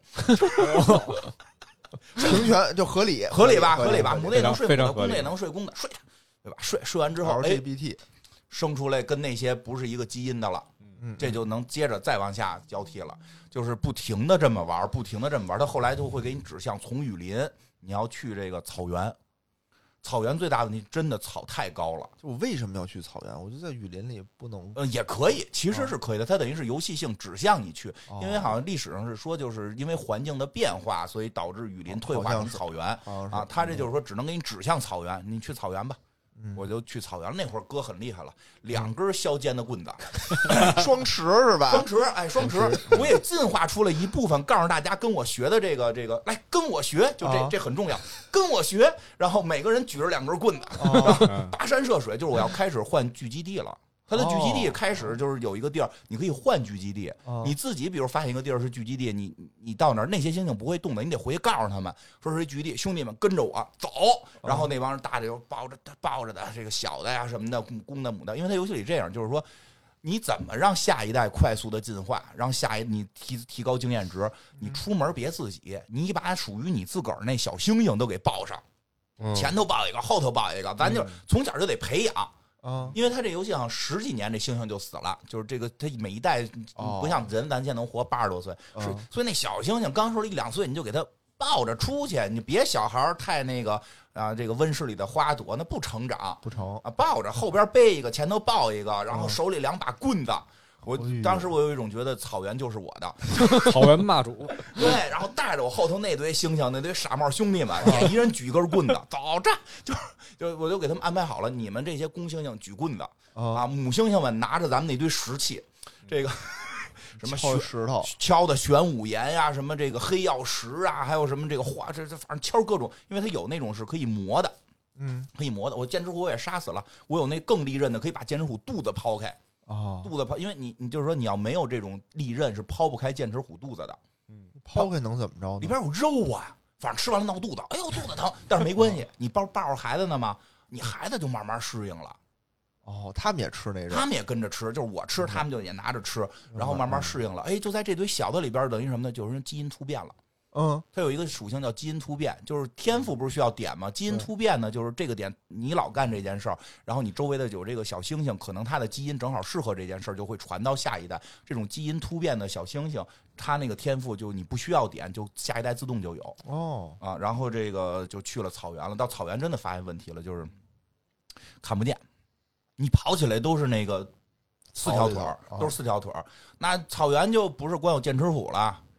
S4: 平权就合理，
S2: 合理吧，合理吧，母的也能睡母的，公的也能睡公的，睡他，对吧？睡睡完之后
S4: ，L G B T
S2: 生出来跟那些不是一个基因的了，嗯，这就能接着再往下交替了，就是不停的这么玩，不停的这么玩，他后来就会给你指向从雨林，你要去这个草原。草原最大的问题，真的草太高了。
S4: 就我为什么要去草原？我就在雨林里不能。
S2: 呃，也可以，其实是可以的。它等于是游戏性指向你去，哦、因为好像历史上是说，就是因为环境的变化，所以导致雨林退化成草原啊。它这就是说，只能给你指向草原，你去草原吧。嗯、我就去草原，那会儿哥很厉害了，两根削尖的棍子，
S4: 双持是吧？
S2: 双持，哎，双持，我也进化出了一部分，告诉大家跟我学的这个这个，来跟我学，就这、啊、这很重要，跟我学。然后每个人举着两根棍子，啊、跋山涉水，就是我要开始换聚基地了。它的聚基地开始就是有一个地儿，你可以换聚基地。你自己比如发现一个地儿是聚基地，你你到那儿，那些猩猩不会动的，你得回去告诉他们，说是聚基地，兄弟们跟着我走。然后那帮人大的就抱着抱着的，这个小的呀什么的，公的母的，因为它游戏里这样，就是说你怎么让下一代快速的进化，让下一你提提高经验值，你出门别自己，你把属于你自个儿那小猩猩都给抱上，前头抱一个，后头抱一个，咱就从小就得培养。啊，因为他这游戏好像十几年这猩猩就死了，就是这个他每一代不像人，咱现在能活八十多岁，是、哦、所以那小猩猩刚说了一两岁，你就给他抱着出去，你别小孩太那个啊，这个温室里的花朵那不成长，
S4: 不成
S2: 啊，抱着后边背一个，前头抱一个，然后手里两把棍子。哦我当时我有一种觉得草原就是我的，
S5: 草原霸主。
S2: 对，然后带着我后头那堆猩猩，那堆傻帽兄弟们，也一人举一根棍子，走着，就就我就给他们安排好了，你们这些公猩猩举棍子啊，母猩猩们拿着咱们那堆石器，这个什么
S4: 敲石头、
S2: 敲的玄武岩呀，什么这个黑曜石啊，还有什么这个花，这这反正敲各种，因为它有那种是可以磨的，嗯，可以磨的。我剑齿虎我也杀死了，我有那更利刃的，可以把剑齿虎肚子抛开。
S4: 哦，
S2: 肚子抛，因为你你就是说你要没有这种利刃是抛不开剑齿虎肚子的，
S4: 嗯，抛开能怎么着呢？
S2: 里边有肉啊，反正吃完了闹肚子，哎呦肚子疼，但是没关系，你抱抱着孩子呢嘛，你孩子就慢慢适应了。
S4: 哦，他们也吃那肉，
S2: 他们也跟着吃，就是我吃，他们就也拿着吃，然后慢慢适应了。哎，就在这堆小的里边，等于什么呢？就是基因突变了。嗯，它有一个属性叫基因突变，就是天赋不是需要点吗？基因突变呢，就是这个点你老干这件事儿，然后你周围的有这个小猩猩，可能它的基因正好适合这件事儿，就会传到下一代。这种基因突变的小猩猩，它那个天赋就你不需要点，就下一代自动就有。哦啊，然后这个就去了草原了，到草原真的发现问题了，就是看不见，你跑起来都是那个四条腿儿，都是四条腿儿。那草原就不是光有剑齿虎了。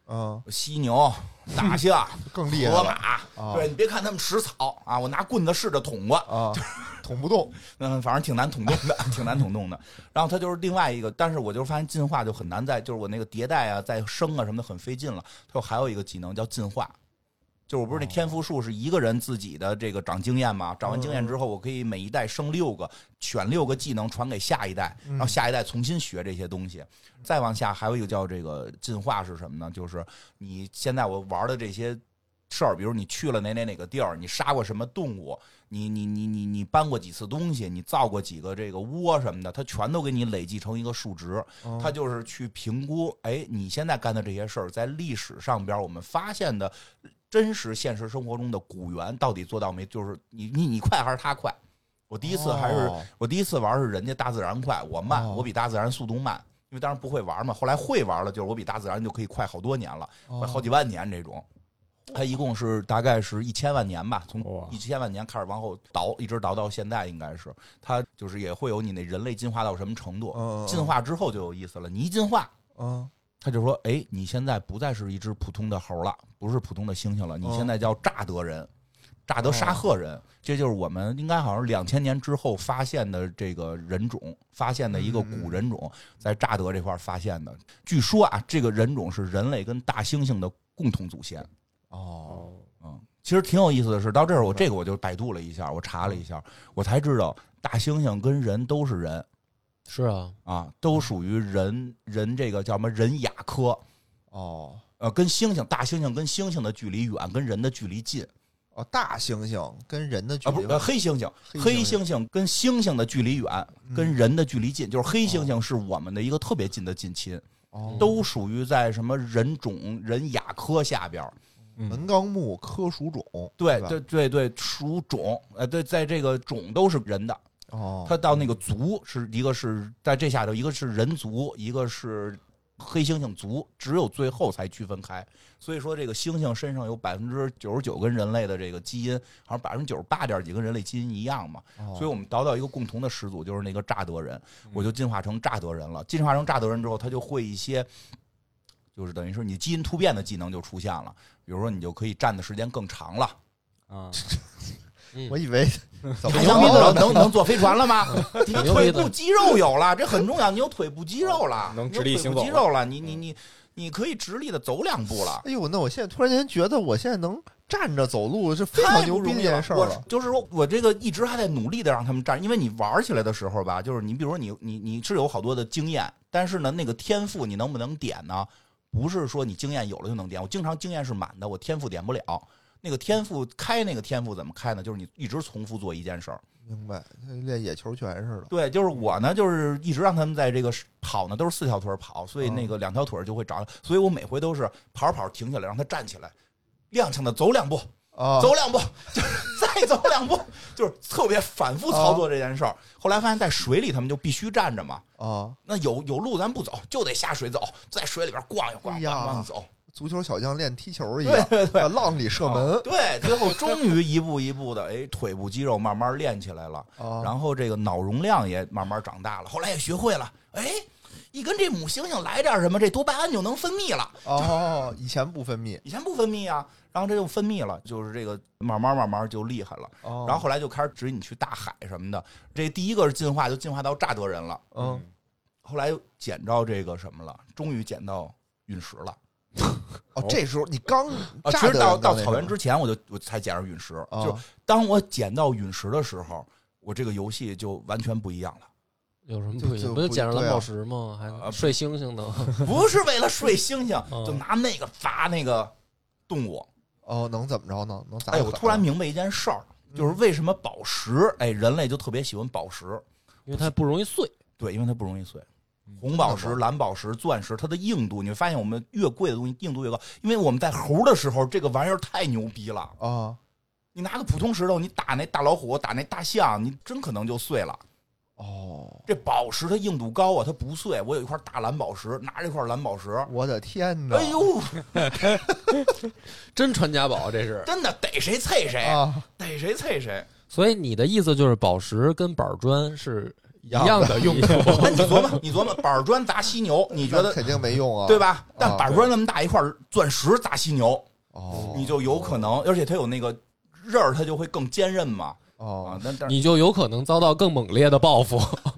S4: 嗯，
S2: 犀牛、大象、
S4: 更厉害，
S2: 河马。对，你别看他们食草啊，我拿棍子试着捅过
S4: 啊，捅不动。
S2: 嗯，反正挺难捅动的，挺难捅动的。然后它就是另外一个，但是我就发现进化就很难在，就是我那个迭代啊、再生啊什么的很费劲了。它还有一个技能叫进化。就是我不是那天赋树是一个人自己的这个长经验嘛？长完经验之后，我可以每一代生六个，选六个技能传给下一代，然后下一代重新学这些东西。再往下还有一个叫这个进化是什么呢？就是你现在我玩的这些事儿，比如你去了哪哪哪个地儿，你杀过什么动物，你你你你你搬过几次东西，你造过几个这个窝什么的，它全都给你累计成一个数值。它就是去评估，哎，你现在干的这些事儿，在历史上边我们发现的。真实现实生活中的古猿到底做到没？就是你你你快还是他快？我第一次还是、哦、我第一次玩是人家大自然快，我慢，哦、我比大自然速度慢，因为当时不会玩嘛。后来会玩了，就是我比大自然就可以快好多年了，快好几万年这种。它一共是大概是一千万年吧，从一千万年开始往后倒，一直倒到现在，应该是它就是也会有你那人类进化到什么程度。
S4: 嗯、
S2: 进化之后就有意思了，你一进化，
S4: 嗯。
S2: 他就说：“哎，你现在不再是一只普通的猴了，不是普通的猩猩了，你现在叫乍得人，乍得沙赫人，这就是我们应该好像两千年之后发现的这个人种，发现的一个古人种，在乍得这块发现的。据说啊，这个人种是人类跟大猩猩的共同祖先。
S4: 哦，
S2: 嗯，其实挺有意思的是，到这儿我这个我就百度了一下，我查了一下，我才知道大猩猩跟人都是人。”
S3: 是啊，
S2: 啊，都属于人人这个叫什么人亚科，
S4: 哦，
S2: 呃，跟猩猩大猩猩跟猩猩的距离远，跟人的距离近。
S4: 哦，大猩猩跟人的距离
S2: 啊，不是黑猩猩，黑猩猩跟猩猩的距离远，跟人的距离近，就是黑猩猩是我们的一个特别近的近亲，
S4: 哦、
S2: 都属于在什么人种人亚科下边。
S4: 门纲目科属种，
S2: 对对对对，属种，呃，对，在这个种都是人的。
S4: 哦，
S2: 它到那个族是一个是在这下头，一个是人族，一个是黑猩猩族，只有最后才区分开。所以说，这个猩猩身上有百分之九十九跟人类的这个基因，好像百分之九十八点几跟人类基因一样嘛。
S4: 哦、
S2: 所以我们倒到一个共同的始祖，就是那个乍得人，我就进化成乍得人了。进化成乍得人之后，他就会一些，就是等于是你基因突变的技能就出现了，比如说你就可以站的时间更长了啊。
S4: 我以为
S2: 你还想能能能坐飞船了吗？你腿部肌肉有了，这很重要。你有腿部肌肉了，
S5: 能直立行走，
S2: 肌肉了，你你你你可以直立的走两步了。
S4: 哎呦，那我现在突然间觉得，我现在能站着走路是非常牛逼的一件事了。
S2: 就是说我这个一直还在努力的让他们站，因为你玩起来的时候吧，就是你比如说你你你是有好多的经验，但是呢，那个天赋你能不能点呢？不是说你经验有了就能点，我经常经验是满的，我天赋点不了。那个天赋开那个天赋怎么开呢？就是你一直重复做一件事儿。
S4: 明白，练野球拳似的。
S2: 对，就是我呢，就是一直让他们在这个跑呢，都是四条腿跑，所以那个两条腿就会长。所以我每回都是跑着跑着停下来，让他站起来，踉跄的走两步，
S4: 啊、
S2: 走两步，就是再走两步，就是特别反复操作这件事儿。啊、后来发现，在水里他们就必须站着嘛。
S4: 啊，
S2: 那有有路咱不走，就得下水走，在水里边逛一逛，逛逛走。
S4: 足球小将练踢球一样，
S2: 对对对，
S4: 浪里射门，
S2: 哦、对，最后终于一步一步的，哎，腿部肌肉慢慢练起来了，
S4: 哦、
S2: 然后这个脑容量也慢慢长大了，后来也学会了，哎，一跟这母猩猩来点什么，这多巴胺就能分泌了。
S4: 哦，以前不分泌，
S2: 以前不分泌啊，然后这就分泌了，就是这个慢慢慢慢就厉害了。
S4: 哦、
S2: 然后后来就开始指引你去大海什么的，这第一个是进化，就进化到乍得人了。
S4: 嗯，
S2: 后来又捡着这个什么了，终于捡到陨石了。
S4: 哦，这时候你刚
S2: 啊，其实到到草原之前，我就我才捡着陨石。
S4: 哦、
S2: 就当我捡到陨石的时候，我这个游戏就完全不一样了。
S3: 有什么不一样？不就捡着蓝宝石吗？还睡猩猩的？
S2: 不是为了睡猩猩，就拿那个砸那个动物。
S4: 哦，能怎么着呢？能砸？
S2: 哎，我突然明白一件事儿，就是为什么宝石，哎，人类就特别喜欢宝石，
S3: 因为它不容易碎。
S2: 对，因为它不容易碎。红宝石、蓝宝石、钻石，它的硬度，你会发现我们越贵的东西硬度越高，因为我们在猴的时候，这个玩意儿太牛逼了
S4: 啊！
S2: 你拿个普通石头，你打那大老虎，打那大象，你真可能就碎了。
S4: 哦，
S2: 这宝石它硬度高啊，它不碎。我有一块大蓝宝石，拿这块蓝宝石，
S4: 我的天哪！
S2: 哎呦，
S3: 真传家宝，这是
S2: 真的，逮谁啐谁，
S4: 啊、
S2: 逮谁啐谁。
S3: 所以你的意思就是，宝石跟板砖是
S5: 一样的用途。
S2: 那你琢磨，你琢磨板砖砸犀牛，你觉得
S4: 肯定没用啊，
S2: 对吧？但板砖那么大一块钻石砸犀牛，
S4: 哦，
S2: 你就有可能，而且它有那个刃儿，它就会更坚韧嘛。
S4: 哦，
S2: 但但
S3: 你就有可能遭到更猛烈的报复。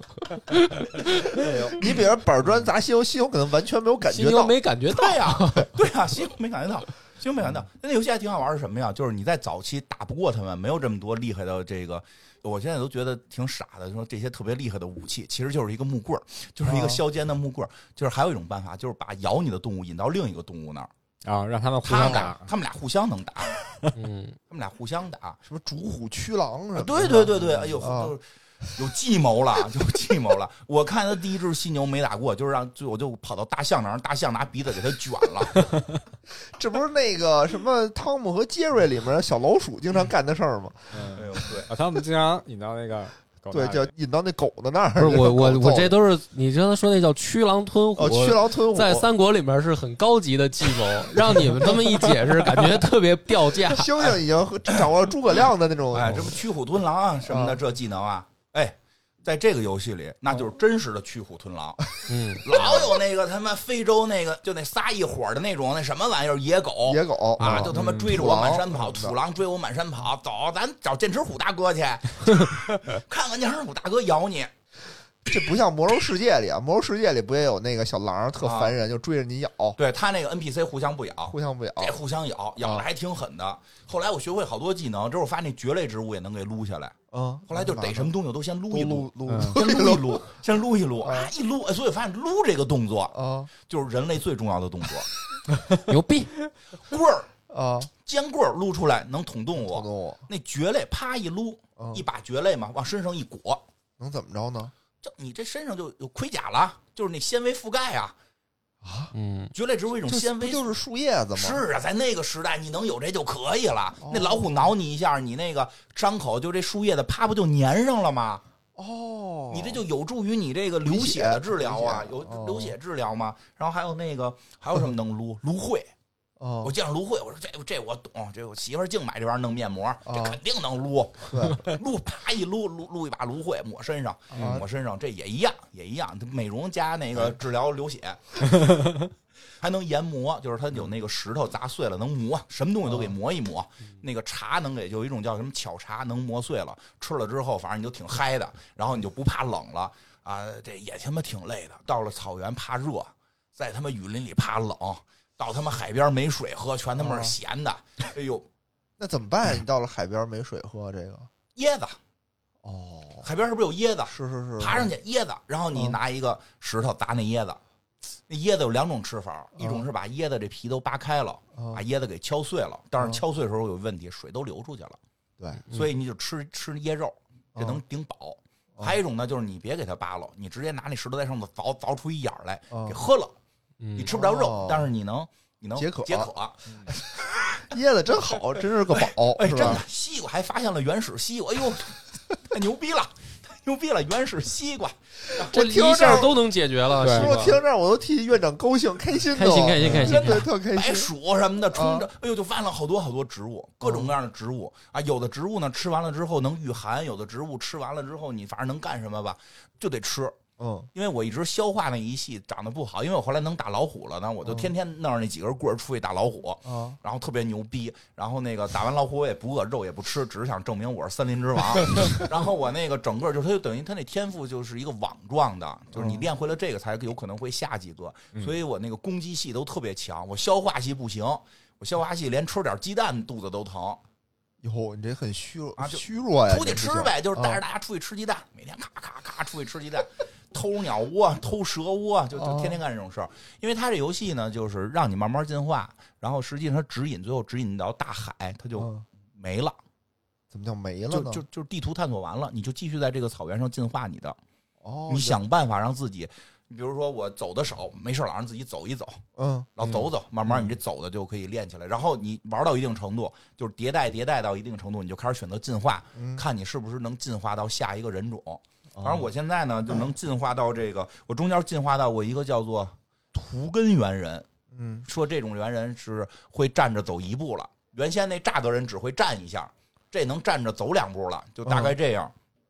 S4: 你比如板砖砸犀牛，犀牛可能完全没有感觉到，
S3: 犀牛没感觉到
S2: 对呀、啊，对呀、啊，犀牛没感觉到。犀牛没感觉到，那游戏还挺好玩是什么呀？就是你在早期打不过他们，没有这么多厉害的这个，我现在都觉得挺傻的。说这些特别厉害的武器，其实就是一个木棍儿，就是一个削尖的木棍儿。就是还有一种办法，就是把咬你的动物引到另一个动物那儿
S5: 啊，让他们互
S2: 他们俩
S5: 相打，
S2: 他们俩互相能打，
S3: 嗯，
S2: 他们俩互相打。
S4: 什么逐虎驱狼什么的，
S2: 对对对对，哎呦，
S4: 啊
S2: 就是有计谋了，有计谋了。我看他第一只犀牛没打过，就是让就我就跑到大象那儿，让大象拿鼻子给它卷了。
S4: 这不是那个什么汤姆和杰瑞里面小老鼠经常干的事儿吗？
S5: 嗯，
S2: 哎呦，对，
S5: 啊，他们经常引到那个狗
S4: 对，
S5: 那里
S4: 叫引到那狗的那儿。
S3: 不是我我
S4: 狗揍
S3: 我这都是你刚才说那叫驱狼吞虎，
S4: 哦，驱狼吞虎
S3: 在三国里面是很高级的计谋，让你们这么一解释，感觉特别掉价。
S4: 猩猩已经掌握了诸葛亮的那种，
S2: 哎，这不驱虎吞狼啊什么的这技能啊，哎。在这个游戏里，那就是真实的驱虎吞狼。
S3: 嗯，
S2: 老有那个他妈非洲那个就那仨一伙的那种那什么玩意儿野狗，
S4: 野狗
S2: 啊，就他妈追着我满山跑，
S4: 嗯
S2: 土狼追我满山跑，走，咱找剑齿虎大哥去，看看剑齿虎大哥咬你。
S4: 这不像魔兽世界里啊，魔兽世界里不也有那个小狼特烦人，就追着你咬，
S2: 对他那个 N P C 互相不咬，
S4: 互相不咬，
S2: 这互相咬，咬的还挺狠的。后来我学会好多技能，之后我发现那蕨类植物也能给撸下来。
S4: 嗯，
S2: 后来就逮什么东西我都先撸一
S4: 撸撸，
S2: 先撸一撸，先撸一撸啊，一撸，所以我发现撸这个动作
S4: 啊，
S2: 就是人类最重要的动作。
S3: 牛逼，
S2: 棍儿
S4: 啊，
S2: 尖棍儿撸出来能捅动物，
S4: 捅动物。
S2: 那蕨类啪一撸，一把蕨类嘛，往身上一裹，
S4: 能怎么着呢？
S2: 就你这身上就有盔甲了，就是那纤维覆盖啊。
S4: 啊，
S3: 嗯，
S2: 蕨类植物一种纤维，
S4: 不就是树叶子吗？
S2: 是啊，在那个时代，你能有这就可以了。那老虎挠你一下，你那个伤口就这树叶子啪不就粘上了吗？
S4: 哦，
S2: 你这就有助于你这个流血的治疗啊，有
S4: 哦
S2: 流血治疗吗？然后还有那个还有什么能撸芦荟？
S4: 哦，
S2: 我见着芦荟，我说这这我懂，这我媳妇儿净买这玩意儿弄面膜，
S4: 哦
S2: 这肯定能撸。
S4: 对，
S2: 撸啪一撸撸撸一把芦荟抹身上，
S4: 嗯
S2: 抹身上这也一样也一样，美容加那个治疗流血。还能研磨，就是它有那个石头砸碎了能磨，什么东西都给磨一磨。那个茶能给，有一种叫什么巧茶，能磨碎了，吃了之后反正你就挺嗨的，然后你就不怕冷了啊，这也他妈挺累的。到了草原怕热，在他妈雨林里怕冷，到他妈海边没水喝，全他妈是咸的。哎呦，
S4: 那怎么办？你到了海边没水喝，这个
S2: 椰子。
S4: 哦，
S2: 海边是不是有椰子？
S4: 是是是，
S2: 爬上去椰子，然后你拿一个石头砸那椰子。那椰子有两种吃法，一种是把椰子这皮都扒开了，把椰子给敲碎了，但是敲碎的时候有问题，水都流出去了。
S4: 对，
S2: 所以你就吃吃椰肉，这能顶饱。还有一种呢，就是你别给它扒了，你直接拿那石头在上头凿凿出一眼来，给喝了。你吃不着肉，但是你能你能
S4: 解渴
S2: 解渴。
S4: 椰子真好，真是个宝，
S2: 哎，真
S4: 是吧
S2: 的，西瓜还发现了原始西瓜，哎呦，太牛逼了！牛逼了！原始西瓜，
S3: 这一下都能解决了。
S4: 我听着我都替院长高兴，开心，
S3: 开心，开心，开心，
S2: 真
S4: 的特开心。
S2: 白薯什么的，冲着，哎呦，就发现了好多好多植物，各种各样的植物啊。有的植物呢，吃完了之后能御寒；有的植物吃完了之后，你反正能干什么吧，就得吃。
S4: 嗯，
S2: 因为我一直消化那一系长得不好，因为我后来能打老虎了呢，我就天天弄着那几根棍儿出去打老虎，
S4: 嗯，
S2: 然后特别牛逼。然后那个打完老虎我也不饿，肉也不吃，只是想证明我是森林之王。然后我那个整个就是他就等于他那天赋就是一个网状的，就是你练会了这个才有可能会下几个，所以我那个攻击系都特别强，我消化系不行，我消化系连吃点鸡蛋肚子都疼。
S4: 哟，你这很虚弱
S2: 啊，
S4: 虚弱呀！
S2: 出去吃呗，就是带着大家出去吃鸡蛋，每天咔咔咔出去吃鸡蛋。偷鸟窝、偷蛇窝，就就天天干这种事儿。因为它这游戏呢，就是让你慢慢进化，然后实际上它指引，最后指引到大海，它就没了。
S4: 怎么叫没了呢？
S2: 就就就地图探索完了，你就继续在这个草原上进化你的。
S4: 哦，
S2: 你想办法让自己，你比如说我走的少，没事老让自己走一走，
S4: 嗯，
S2: 老走走，慢慢你这走的就可以练起来。然后你玩到一定程度，就是迭代迭代到一定程度，你就开始选择进化，看你是不是能进化到下一个人种。反正我现在呢，就能进化到这个，我中间进化到过一个叫做图根猿人。
S4: 嗯，
S2: 说这种猿人是会站着走一步了，原先那乍得人只会站一下，这能站着走两步了，就大概这样。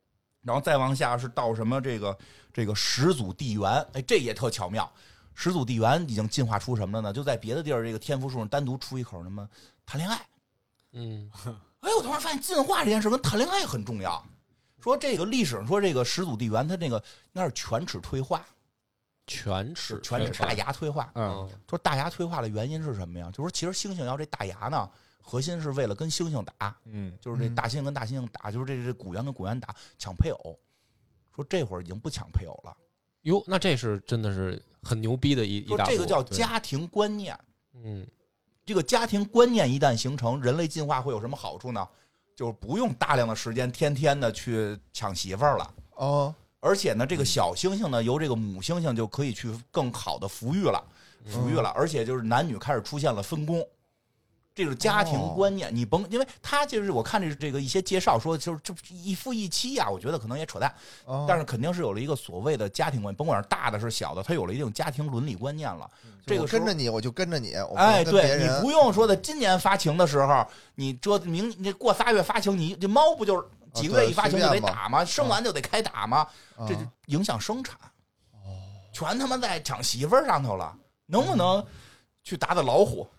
S2: 然后再往下是到什么这个这个始祖地缘，哎，这也特巧妙。始祖地缘已经进化出什么了呢？就在别的地儿这个天赋树上单独出一口什么谈恋爱。
S3: 嗯，
S2: 哎，我突然发现进化这件事跟谈恋爱很重要。说这个历史上说这个始祖地缘，它那个那是犬齿退化，
S3: 犬齿
S2: 犬齿大牙退化。
S5: 嗯，
S2: 说大牙退化的原因是什么呀？就说其实猩猩要这大牙呢，核心是为了跟猩猩打，
S5: 嗯，
S2: 就是这大猩猩跟大猩猩打，就是这这古猿跟古猿打抢配偶。说这会儿已经不抢配偶了。
S3: 哟，那这是真的是很牛逼的一一大步。
S2: 说这个叫家庭观念。
S3: 嗯，
S2: 这个家庭观念一旦形成，人类进化会有什么好处呢？就是不用大量的时间天天的去抢媳妇儿了。
S4: 哦，
S2: 而且呢，这个小猩猩呢，由这个母猩猩就可以去更好的抚育了，抚育了，而且就是男女开始出现了分工。这是家庭观念，你甭，因为他就是我看这这个一些介绍说，就是这一夫一妻呀、啊，我觉得可能也扯淡，但是肯定是有了一个所谓的家庭观，甭管是大的是小的，他有了一定家庭伦理观念了。这个
S4: 跟着你，我就跟着你，
S2: 哎，对你不用说的，今年发情的时候，你这明你过仨月发情，你这猫不就是几个月一发情就得打吗？生完就得开打吗？这就影响生产，全他妈在抢媳妇儿上头了，能不能去打打老虎？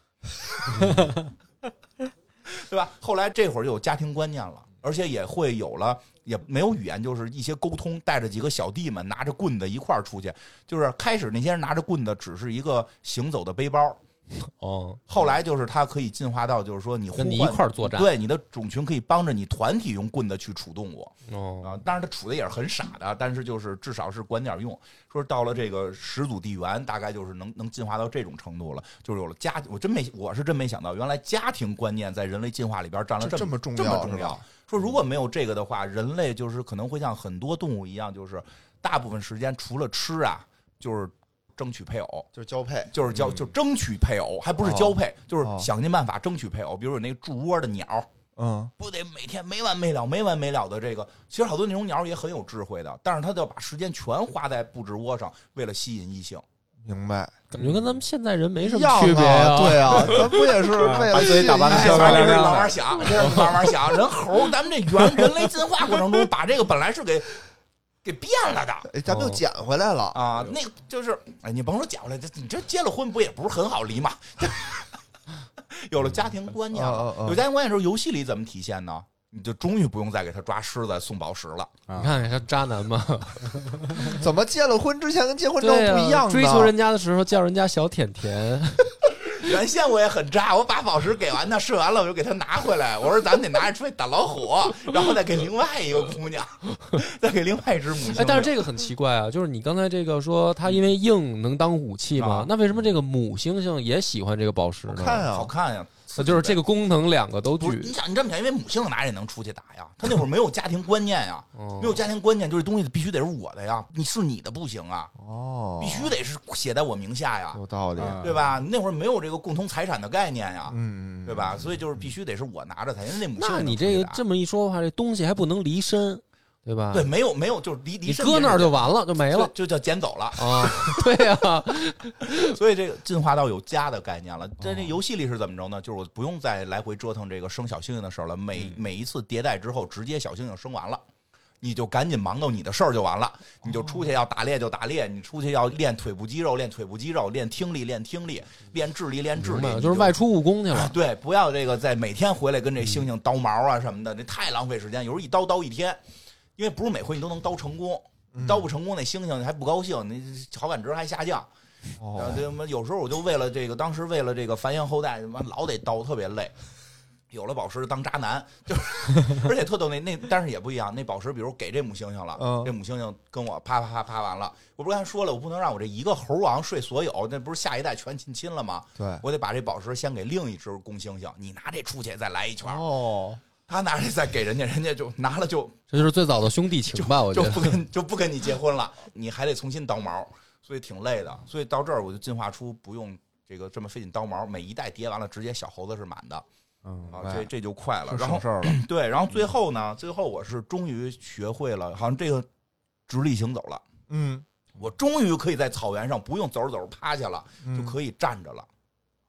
S2: 对吧？后来这会儿就有家庭观念了，而且也会有了，也没有语言，就是一些沟通，带着几个小弟们拿着棍子一块儿出去。就是开始那些人拿着棍子只是一个行走的背包。
S3: 哦，
S2: 后来就是它可以进化到，就是说你
S3: 跟你一块儿作战，
S2: 对，你的种群可以帮着你团体用棍子去处动物。
S3: 哦
S2: 啊，当然它处的也是很傻的，但是就是至少是管点用。说到了这个始祖地缘，大概就是能能进化到这种程度了，就是有了家，我真没我是真没想到，原来家庭观念在人类进化里边占了这
S4: 么重
S2: 要，这么重要。说如果没有这个的话，人类就是可能会像很多动物一样，就是大部分时间除了吃啊，就是争取配偶，
S4: 就是交配，
S2: 就是交，就争取配偶，还不是交配，
S4: 哦、
S2: 就是想尽办法争取配偶。比如有那个筑窝的鸟，
S4: 嗯，
S2: 不得每天没完没了、没完没了的这个。其实好多那种鸟也很有智慧的，但是它就要把时间全花在布置窝上，为了吸引异性。
S4: 明白？
S3: 感觉跟咱们现在人没什么区别啊。
S4: 对啊，咱不也是为了
S5: 自己打扮的漂
S2: 亮
S5: 亮亮？
S2: 慢慢想，慢慢想。人猴，咱们这原人类进化过程中，把这个本来是给。给变了的，
S4: 哎，咱们又捡回来了
S2: 啊！那个就是，哎，你甭说捡回来，这你这结了婚不也不是很好离嘛？有了家庭观念了，有家庭观念之后，游戏里怎么体现呢？你就终于不用再给他抓狮子送宝石了。
S3: 你看他渣男嘛，
S4: 怎么结了婚之前跟结婚之后不一样呢？
S3: 追求人家的时候叫人家小甜甜。
S2: 原先我也很渣，我把宝石给完他，射完了我就给他拿回来。我说咱们得拿着出去打老虎，然后再给另外一个姑娘，再给另外一只母猩。
S3: 哎，但是这个很奇怪啊，就是你刚才这个说它因为硬能当武器嘛，
S2: 啊、
S3: 那为什么这个母猩猩也喜欢这个宝石呢？
S4: 好看啊，
S2: 好看呀、啊。
S3: 那就是这个功能两个都具。
S2: 你想，你这么想，因为母猩猩哪也能出去打呀？他那会儿没有家庭观念呀，
S3: 哦、
S2: 没有家庭观念，就是东西必须得是我的呀，你是你的不行啊，
S4: 哦，
S2: 必须得是写在我名下呀，
S4: 有道理，
S2: 对吧？那会儿没有这个共同财产的概念呀，
S4: 嗯，
S2: 对吧？所以就是必须得是我拿着它，因为那母猩猩。
S3: 那你这个这么一说的话，这东西还不能离身。对吧？
S2: 对，没有没有，就是离离身，
S3: 你搁那儿就完了，就没了，
S2: 就叫捡走了
S3: 啊！对呀、啊，
S2: 所以这个进化到有家的概念了。在这游戏里是怎么着呢？就是我不用再来回折腾这个生小猩猩的事儿了。每、嗯、每一次迭代之后，直接小猩猩生完了，你就赶紧忙到你的事儿就完了。你就出去要打猎就打猎，你出去要练腿部肌肉练腿部肌肉，练听力练听力，练智力练智力，
S3: 就, 就是外出务工去了。
S2: 对，不要这个再每天回来跟这猩猩叨毛啊什么的，这太浪费时间。有时候一叨叨一天。因为不是每回你都能叨成功，叨不成功那猩猩还不高兴，你好感值还下降。哦，对吗？有时候我就为了这个，当时为了这个繁衍后代，完老得叨，特别累。有了宝石当渣男，就而且特逗那那，但是也不一样。那宝石比如给这母猩猩了，
S4: 嗯、
S2: 这母猩猩跟我啪啪啪啪完了，我不是刚才说了，我不能让我这一个猴王睡所有，那不是下一代全亲亲了吗？
S4: 对，
S2: 我得把这宝石先给另一只公猩猩，你拿这出去再来一圈。
S4: 哦。
S2: 他拿着再给人家，人家就拿了就，
S3: 这就是最早的兄弟情吧？我觉得
S2: 就不跟就不跟你结婚了，你还得重新叨毛，所以挺累的。所以到这儿我就进化出不用这个这么费劲叨毛，每一代叠完了直接小猴子是满的，
S4: 嗯
S2: 啊，这这就快了，然后
S4: 省事儿了。
S2: 对，然后最后呢，最后我是终于学会了，好像这个直立行走了，
S4: 嗯，
S2: 我终于可以在草原上不用走着走着趴下了，
S4: 嗯、
S2: 就可以站着了。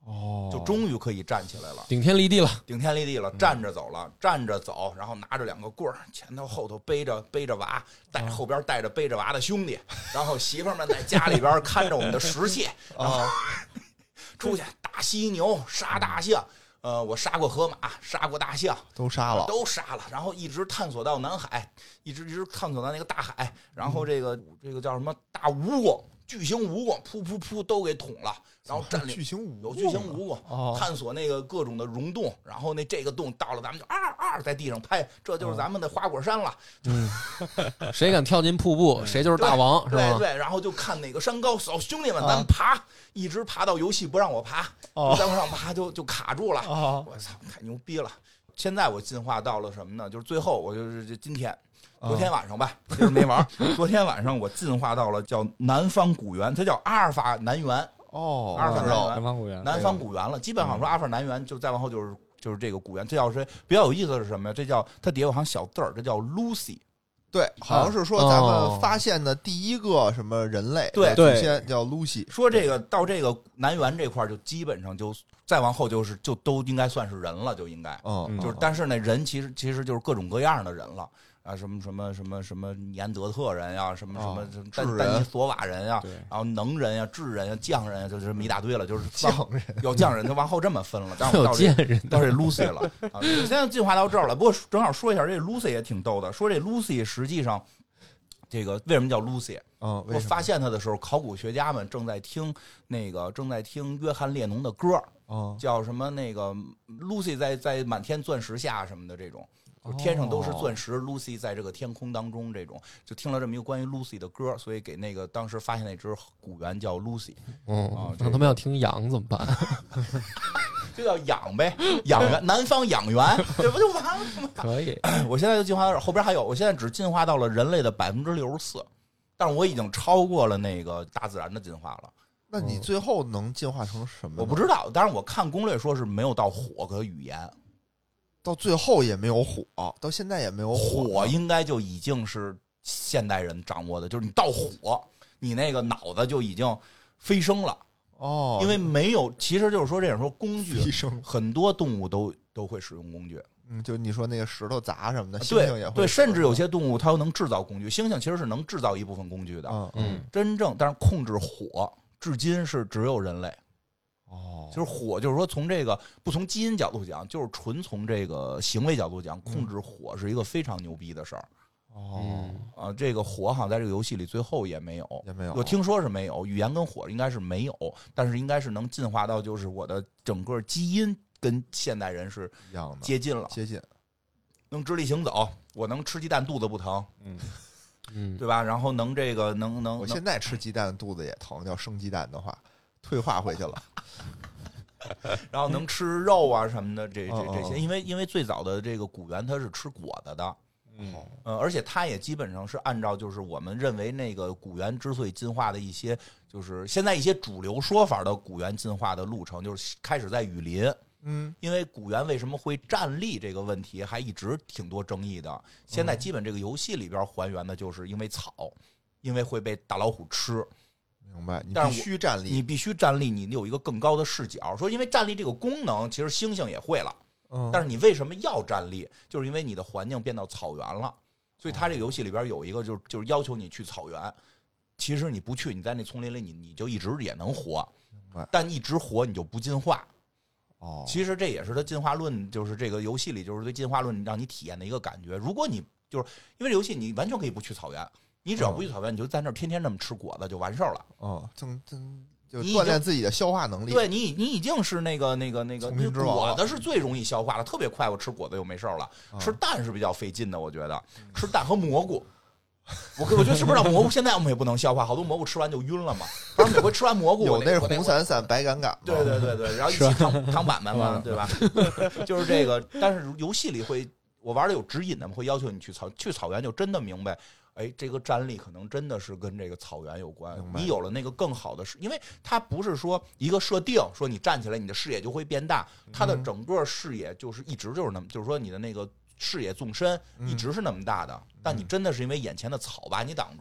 S4: 哦，
S2: 就终于可以站起来了，
S3: 顶天立地了，
S2: 顶天立地了，站着走了，站着走，然后拿着两个棍儿，前头后头背着背着娃，带后边带着背着娃的兄弟，然后媳妇儿们在家里边看着我们的石蟹，然后出去打犀牛、杀大象。呃，我杀过河马，杀过大象，
S4: 都杀了，
S2: 都杀了，然后一直探索到南海，一直一直探索到那个大海，然后这个、嗯、这个叫什么大蜈蚣，巨型蜈蚣，噗噗噗都给捅了，然后占领
S4: 巨型蜈蚣，
S2: 有巨型蜈蚣、哦，探索那个各种的溶洞，然后那这个洞到了，咱们就啊啊在地上拍，这就是咱们的花果山了。
S3: 嗯，谁敢跳进瀑布，谁就是大王，是吧？
S2: 对对，然后就看哪个山高，小兄弟们，咱们爬。啊一直爬到游戏不让我爬，哦、再往上爬就就卡住了。哦、我操，太牛逼了！现在我进化到了什么呢？就是最后我就是今天，昨天晚上吧，其实没玩。昨天晚上我进化到了叫南方古猿，它叫阿尔法南猿。
S4: 哦，
S2: 阿尔法南猿，
S5: 南方古猿，
S2: 南方古猿了。基本上说阿尔法南猿，就再往后就是就是这个古猿。这叫是比较有意思的是什么呀？这叫它底下有行小字儿，这叫 Lucy。
S4: 对，好像是说咱们发现的第一个什么人类，
S2: 对，
S4: 祖先叫 Lucy。
S2: 说这个到这个南猿这块，就基本上就再往后就是就都应该算是人了，就应该，
S4: 嗯，
S2: 就是但是呢，人其实其实就是各种各样的人了。啊，什么什么什么什么尼安德特人呀，什么什么丹丹尼索瓦人呀，然后能人呀、智人呀、匠人呀，就这么一大堆了，就是
S4: 匠人
S2: 有匠人，就往后这么分了。但是
S3: 有贱人
S2: 到这 Lucy 了啊，现在进化到这儿了。不过正好说一下，这 Lucy 也挺逗的。说这 Lucy 实际上，这个为什么叫 Lucy？
S4: 嗯，
S2: 我发现他的时候，考古学家们正在听那个正在听约翰列侬的歌，
S4: 嗯，
S2: 叫什么那个 Lucy 在在满天钻石下什么的这种。就天上都是钻石、哦、Lucy 在这个天空当中，这种就听了这么一个关于 Lucy 的歌，所以给那个当时发现那只古猿叫 Lucy。
S3: 哦，啊、那他们要听羊怎么办？
S2: 就叫养呗，养猿，南方养猿，这不就完了吗？
S3: 可以，
S2: 我现在就进化到后边还有，我现在只进化到了人类的百分之六十四，但是我已经超过了那个大自然的进化了。
S4: 那你最后能进化成什么？
S2: 我不知道，当然我看攻略说是没有到火和语言。
S4: 到最后也没有火，到现在也没有火，
S2: 火应该就已经是现代人掌握的，就是你到火，你那个脑子就已经飞升了
S4: 哦。
S2: 因为没有，其实就是说这样说工具，
S4: 飞升
S2: 很多动物都都会使用工具。
S4: 嗯，就你说那个石头砸什么的，猩
S2: 对
S4: 猩也会
S2: 对，甚至有些动物它能制造工具，猩猩其实是能制造一部分工具的。
S4: 嗯
S3: 嗯，
S2: 真正但是控制火，至今是只有人类。
S4: 哦，
S2: 就是火，就是说从这个不从基因角度讲，就是纯从这个行为角度讲，控制火是一个非常牛逼的事儿。
S4: 哦，
S2: 啊，这个火好像在这个游戏里最后也没有，
S4: 也没有。
S2: 我听说是没有，语言跟火应该是没有，但是应该是能进化到就是我的整个基因跟现代人是
S4: 一样的，
S2: 接近了，
S4: 接近，
S2: 能直立行走，我能吃鸡蛋肚子不疼，
S3: 嗯嗯，
S2: 对吧？然后能这个能能，
S4: 我现在吃鸡蛋肚子也疼，要生鸡蛋的话。退化回去了，
S2: 然后能吃肉啊什么的，这这这些，
S4: 哦哦
S2: 因为因为最早的这个古猿它是吃果子的，
S5: 嗯
S2: 呃，而且它也基本上是按照就是我们认为那个古猿之所以进化的一些，就是现在一些主流说法的古猿进化的路程，就是开始在雨林。
S4: 嗯，
S2: 因为古猿为什么会站立这个问题还一直挺多争议的。现在基本这个游戏里边还原的就是因为草，因为会被大老虎吃。
S4: 明白，你
S2: 必
S4: 须站立，
S2: 你必须站立，你有一个更高的视角。说因为站立这个功能，其实猩猩也会了，
S4: 嗯，
S2: 但是你为什么要站立？就是因为你的环境变到草原了，所以它这个游戏里边有一个就是就是要求你去草原。其实你不去，你在那丛林里，你你就一直也能活，但一直活你就不进化。
S4: 哦，
S2: 其实这也是它进化论，就是这个游戏里就是对进化论让你体验的一个感觉。如果你就是因为这游戏你完全可以不去草原。你只要不去草原，你就在那儿天天这么吃果子就完事儿了。
S4: 哦，增增就锻炼自己的消化能力。
S2: 对你，你已经是那个那个那个果子是最容易消化的，特别快。我吃果子就没事了。
S4: 哦、
S2: 吃蛋是比较费劲的，我觉得吃蛋和蘑菇，我我觉得是不是蘑菇现在我们也不能消化，好多蘑菇吃完就晕了嘛。反正每回吃完蘑菇，
S4: 有那是红伞伞白杆杆。
S2: 对对对对，然后一起躺躺板板嘛，对吧？就是这个，但是游戏里会，我玩的有指引的，会要求你去草去草原，就真的明白。哎，这个站立可能真的是跟这个草原有关。你有了那个更好的视，因为它不是说一个设定，说你站起来你的视野就会变大，它的整个视野就是一直就是那么，就是说你的那个视野纵深一直是那么大的。但你真的是因为眼前的草把你挡住，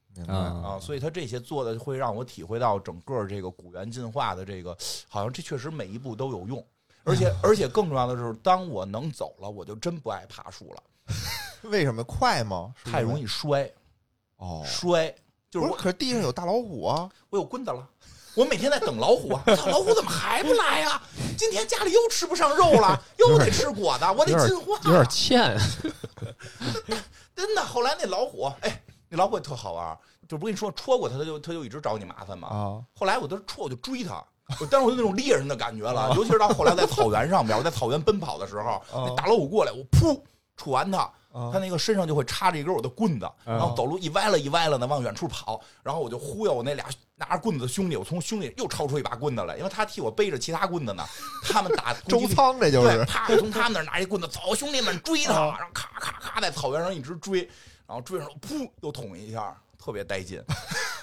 S4: 明白
S2: 啊，所以它这些做的会让我体会到整个这个古猿进化的这个，好像这确实每一步都有用，而且而且更重要的是，当我能走了，我就真不爱爬树了。
S4: 为什么快吗？
S2: 太容易摔。
S4: 哦，
S2: 摔就是我，
S4: 可是地上有大老虎啊，
S2: 我有棍子了。我每天在等老虎啊，操，老虎怎么还不来呀？今天家里又吃不上肉了，又得吃果子，我得进化。
S3: 有点欠，
S2: 真的。后来那老虎，哎。那老虎也特好玩，就不跟你说戳过他，他就他就一直找你麻烦嘛。啊！后来我都戳，我就追他，但是我就那种猎人的感觉了，啊、尤其是到后来在草原上边，我在草原奔跑的时候，啊、那大老虎过来，我噗杵完他，啊、他那个身上就会插着一根我的棍子，然后走路一歪了一歪了呢，往远处跑，然后我就忽悠我那俩拿着棍子的兄弟，我从兄弟又抄出一把棍子来，因为他替我背着其他棍子呢，他们打
S4: 周仓，这就是
S2: 啪，我从他们那儿拿一棍子，走，兄弟们追他，然后咔咔咔在草原上一直追。然后追上，噗，又捅一下，特别带劲，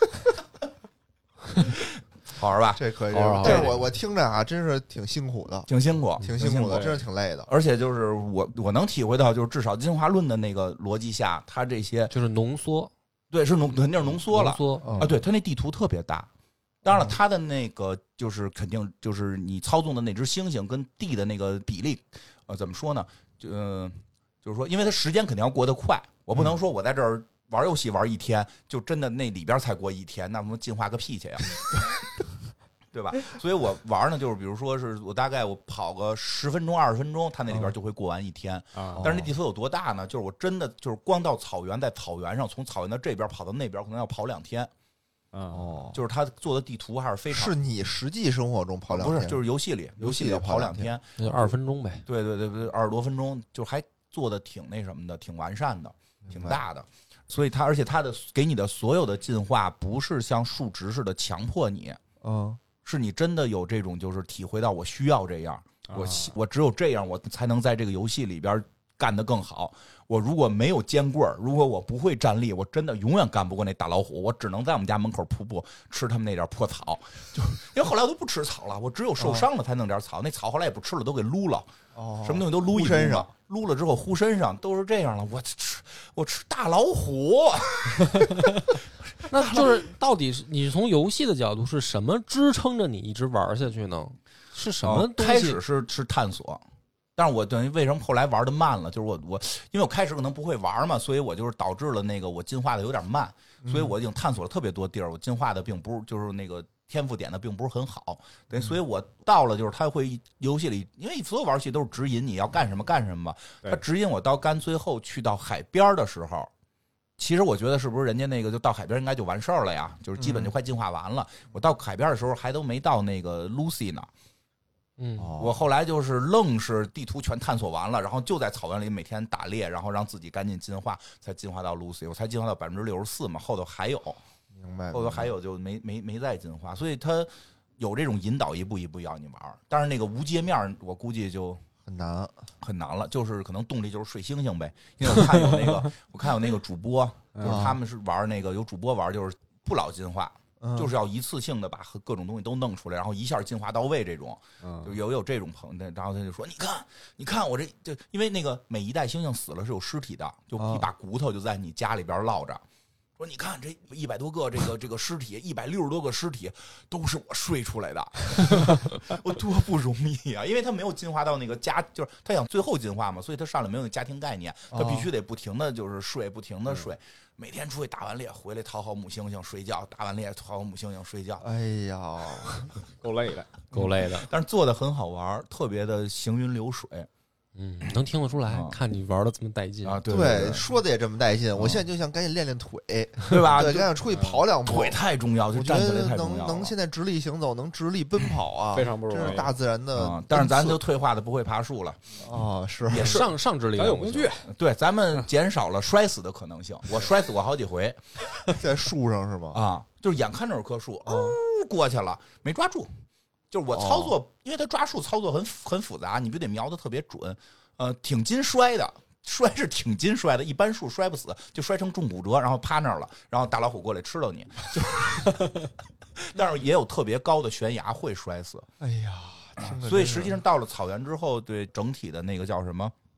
S2: 好玩吧？
S4: 这可以，这我我听着啊，真是挺辛苦的，
S2: 挺辛苦，
S4: 挺辛苦的，真是挺累的。
S2: 而且就是我我能体会到，就是至少进化论的那个逻辑下，它这些
S3: 就是浓缩，
S2: 对，是浓肯定是浓缩了，
S3: 浓缩
S2: 啊，对，它那地图特别大。当然了，它的那个就是肯定就是你操纵的那只猩猩跟地的那个比例，呃，怎么说呢？就、呃、就是说，因为它时间肯定要过得快。我不能说我在这儿玩游戏玩一天，就真的那里边才过一天，那么进化个屁去呀，对吧？所以我玩呢，就是比如说是我大概我跑个十分钟、二十分钟，它那里边就会过完一天。但是那地图有多大呢？就是我真的就是光到草原，在草原上从草原的这边跑到那边，可能要跑两天。
S4: 哦，
S2: 就是他做的地图还是非常。
S4: 是你实际生活中跑两天？
S2: 不是，就是游戏里，游戏里跑两天，
S3: 就二十分钟呗。
S2: 对对对对，二十多分钟，就还做的挺那什么的，挺完善的。挺大的，所以它而且它的给你的所有的进化不是像数值似的强迫你，
S4: 嗯，
S2: 是你真的有这种就是体会到我需要这样，我我只有这样我才能在这个游戏里边干得更好。我如果没有尖棍儿，如果我不会站立，我真的永远干不过那大老虎。我只能在我们家门口瀑布吃他们那点破草，就因为后来我都不吃草了，我只有受伤了才弄点草，那草后来也不吃了，都给撸了。哦，什么东西都撸一撸
S4: 身上，
S2: 撸了之后呼身上都是这样了。我吃我吃大老虎，
S3: 那就是到底是你从游戏的角度是什么支撑着你一直玩下去呢？是什么东西？
S2: 开始是是探索。但是我等于为什么后来玩的慢了？就是我我因为我开始可能不会玩嘛，所以我就是导致了那个我进化的有点慢，所以我已经探索了特别多地儿，我进化的并不是就是那个天赋点的并不是很好，对，所以我到了就是他会游戏里，因为所有玩游戏都是指引你要干什么干什么嘛，他指引我到干最后去到海边的时候。其实我觉得是不是人家那个就到海边应该就完事儿了呀？就是基本就快进化完了。嗯、我到海边的时候还都没到那个 Lucy 呢。
S3: 嗯，
S2: 我后来就是愣是地图全探索完了，然后就在草原里每天打猎，然后让自己赶紧进化，才进化到 Lucy， 我才进化到百分之六十四嘛，后头还有，
S4: 明白？
S2: 后头还有就没没没再进化，所以他有这种引导，一步一步要你玩。但是那个无界面，我估计就
S4: 很难
S2: 很难了，就是可能动力就是睡星星呗，因为我看有那个我看有那个主播，就是他们是玩那个有主播玩就是不老进化。就是要一次性的把各种东西都弄出来，然后一下进化到位，这种，就有有这种朋友，然后他就说：“你看，你看我这，就因为那个每一代猩猩死了是有尸体的，就一把骨头就在你家里边落着。说你看这一百多个这个这个尸体，一百六十多个尸体都是我睡出来的，我多不容易啊！因为他没有进化到那个家，就是他想最后进化嘛，所以他上来没有家庭概念，他必须得不停的就是睡，不停的睡。”每天出去打完猎回来讨好母猩猩睡觉，打完猎讨好母猩猩睡觉。
S4: 哎呀，
S5: 够累的，
S3: 够累的。
S2: 但是做的很好玩，特别的行云流水。
S3: 嗯，能听得出来，啊、看你玩的这么带劲
S2: 啊！对, 对,
S4: 对，说的也这么带劲。我现在就想赶紧练练腿，
S2: 对吧？
S4: 对，赶紧出去跑两步。
S2: 腿太重要，就站起来太重要了。
S4: 能能现在直立行走，能直立奔跑啊，
S5: 非常不容易。
S4: 这是大自然的、
S2: 嗯。但是咱就退化的不会爬树了
S4: 啊，是
S2: 也是
S3: 上上直立，
S5: 咱有工具。
S2: 对，咱们减少了摔死的可能性。我摔死过好几回，
S4: 在树上是吗？
S2: 啊，就是眼看着有棵树，哦，过去了，没抓住。就是我操作，哦、因为他抓树操作很很复杂，你必须得瞄的特别准。呃，挺筋摔的，摔是挺筋摔的，一般树摔不死，就摔成重骨折，然后趴那儿了，然后大老虎过来吃了你。就但是也有特别高的悬崖会摔死。
S4: 哎呀，
S2: 所以实际上到了草原之后，对整体的那个叫什么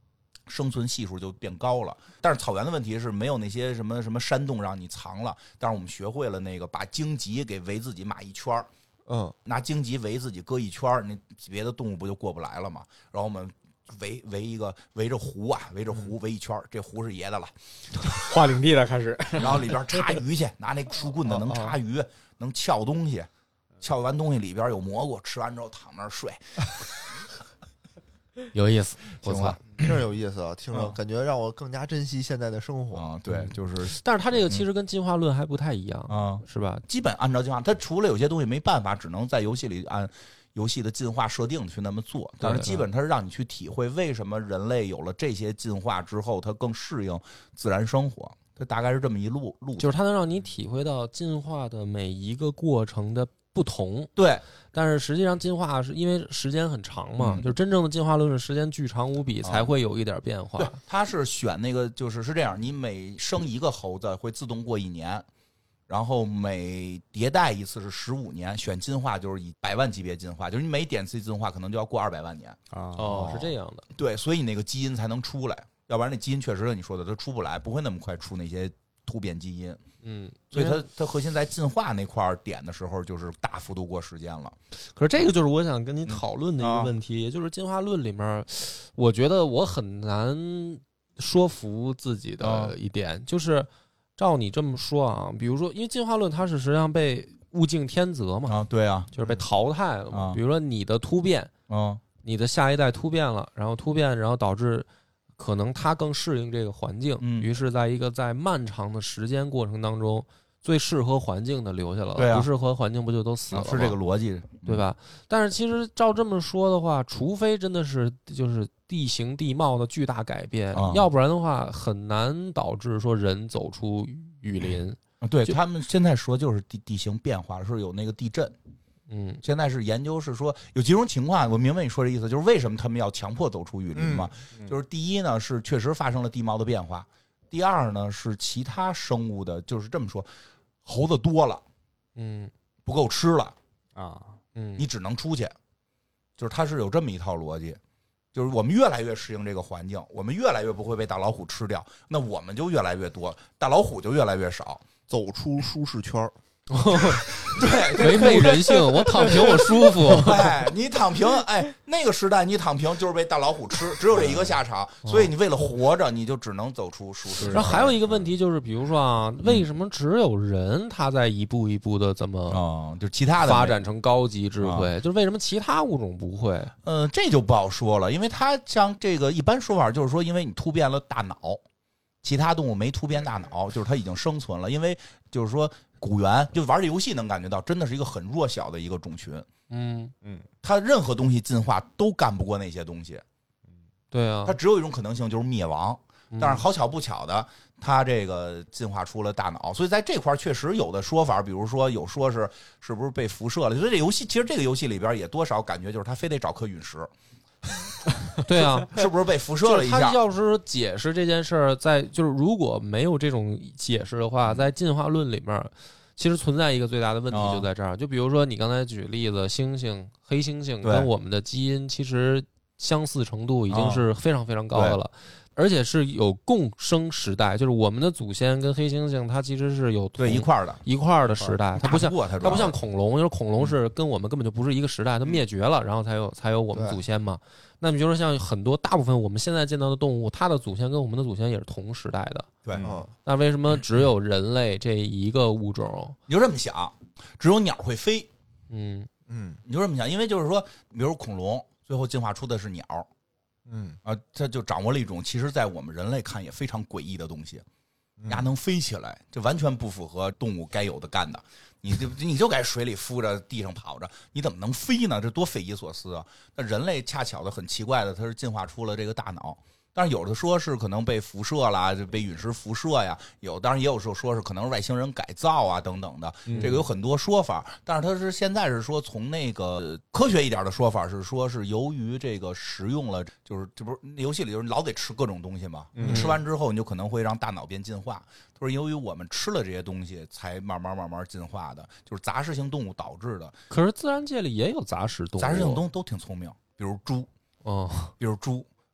S2: 生存系数就变高了。但是草原的问题是没有那些什么什么山洞让你藏了，但是我们学会了那个把荆棘给围自己码一圈，
S4: 嗯，
S2: 拿荆棘围自己搁一圈，那别的动物不就过不来了吗？然后我们围围一个围着湖啊，围着湖围一圈，这湖是爷的了，
S5: 划领地了开始，
S2: 然后里边插鱼去，拿那树棍子能插鱼，能撬东西，撬完东西里边有蘑菇，吃完之后躺那儿睡。
S3: 有意思，不错，
S4: 听着有意思啊，听着感觉让我更加珍惜现在的生活
S2: 啊。对，就是，
S3: 但是他这个其实跟进化论还不太一样
S2: 啊，
S3: 是吧？
S2: 基本按照进化，它除了有些东西没办法，只能在游戏里按游戏的进化设定去那么做，但是基本它是让你去体会为什么人类有了这些进化之后，它更适应自然生活。它大概是这么一路路，
S3: 就是它能让你体会到进化的每一个过程的不同。
S2: 对，
S3: 但是实际上进化是因为时间很长嘛，嗯、就是真正的进化论是时间巨长无比才会有一点变化。
S2: 对，它是选那个就是是这样，你每生一个猴子会自动过一年。然后每迭代一次是十五年，选进化就是以百万级别进化，就是你每点次进化可能就要过二百万年
S3: 啊。哦，是这样的。
S2: 对，所以那个基因才能出来，要不然那基因确实像你说的，它出不来，不会那么快出那些突变基因。
S3: 嗯，
S2: 所以它它核心在进化那块点的时候，就是大幅度过时间了。
S3: 可是这个就是我想跟你讨论的一个问题，嗯啊、也就是进化论里面，我觉得我很难说服自己的一点，嗯、就是。照你这么说啊，比如说，因为进化论它是实际上被物竞天择嘛，
S2: 啊，对啊，
S3: 就是被淘汰了嘛。
S2: 啊、
S3: 比如说你的突变，
S2: 啊，
S3: 你的下一代突变了，然后突变，然后导致可能它更适应这个环境，
S2: 嗯，
S3: 于是在一个在漫长的时间过程当中，最适合环境的留下了，
S2: 对啊、
S3: 不适合环境不就都死了吗？
S2: 是这个逻辑，
S3: 对吧？但是其实照这么说的话，除非真的是就是地形地貌的巨大改变，
S2: 啊、
S3: 要不然的话很难导致说人走出雨林。
S2: 对，他们现在说就是地地形变化，是有那个地震。
S3: 嗯，
S2: 现在是研究是说有几种情况，我明白你说这意思，就是为什么他们要强迫走出雨林嘛？
S4: 嗯嗯、
S2: 就是第一呢是确实发生了地貌的变化，第二呢是其他生物的，就是这么说，猴子多了，
S3: 嗯，
S2: 不够吃了
S5: 啊，
S3: 嗯，
S2: 你只能出去，就是它是有这么一套逻辑。就是我们越来越适应这个环境，我们越来越不会被大老虎吃掉，那我们就越来越多，大老虎就越来越少，
S4: 走出舒适圈。
S2: 对，
S3: 违背人性，我躺平我舒服。
S2: 哎，你躺平，哎，那个时代你躺平就是被大老虎吃，只有这一个下场，所以你为了活着，你就只能走出舒适圈。
S3: 然后还有一个问题就是，比如说啊，为什么只有人他在一步一步的怎么
S2: 啊、嗯，就其他的
S3: 发展成高级智慧，
S2: 嗯、
S3: 就是为什么其他物种不会？
S2: 嗯、呃，这就不好说了，因为它像这个一般说法就是说，因为你突变了大脑。其他动物没突变大脑，就是它已经生存了。因为就是说，古猿就玩这游戏能感觉到，真的是一个很弱小的一个种群。
S3: 嗯
S2: 嗯，它任何东西进化都干不过那些东西。
S3: 对啊，
S2: 它只有一种可能性就是灭亡。但是好巧不巧的，它这个进化出了大脑，所以在这块确实有的说法，比如说有说是是不是被辐射了。所以这游戏其实这个游戏里边也多少感觉就是它非得找颗陨石。
S3: 对啊，
S2: 是不是被辐射了一下？
S3: 他要是解释这件事儿，在就是如果没有这种解释的话，在进化论里面，其实存在一个最大的问题就在这儿。哦、就比如说你刚才举例子，猩猩、黑猩猩跟我们的基因其实相似程度已经是非常非常高的了。哦，而且是有共生时代，就是我们的祖先跟黑猩猩，它其实是有
S2: 对一块的
S3: 一块的时代，它不像
S2: 它
S3: 不像恐龙，就是恐龙是跟我们根本就不是一个时代，它灭绝了，然后才有才有我们祖先嘛。那么就是像很多大部分我们现在见到的动物，它的祖先跟我们的祖先也是同时代的。
S2: 对，
S3: 嗯、那为什么只有人类这一个物种？
S2: 你就这么想，只有鸟会飞。
S3: 嗯
S2: 嗯，你就这么想，因为就是说，比如恐龙最后进化出的是鸟。
S4: 嗯
S2: 啊，它就掌握了一种其实在我们人类看也非常诡异的东西，它能飞起来，这完全不符合动物该有的干的。你就你就该水里浮着，地上跑着，你怎么能飞呢？这多匪夷所思啊！那人类恰巧的很奇怪的，它是进化出了这个大脑。但是有的说是可能被辐射啦，就被陨石辐射呀，有当然也有时候说是可能是外星人改造啊等等的，这个有很多说法。但是它是现在是说从那个科学一点的说法是说是由于这个食用了，就是这不是游戏里就是老得吃各种东西嘛，你吃完之后你就可能会让大脑变进化，就是由于我们吃了这些东西才慢慢慢慢进化的，就是杂食性动物导致的。
S3: 可是自然界里也有杂食动物，
S2: 杂食性动物都挺聪明，比如猪，
S3: 哦，
S2: 比如猪。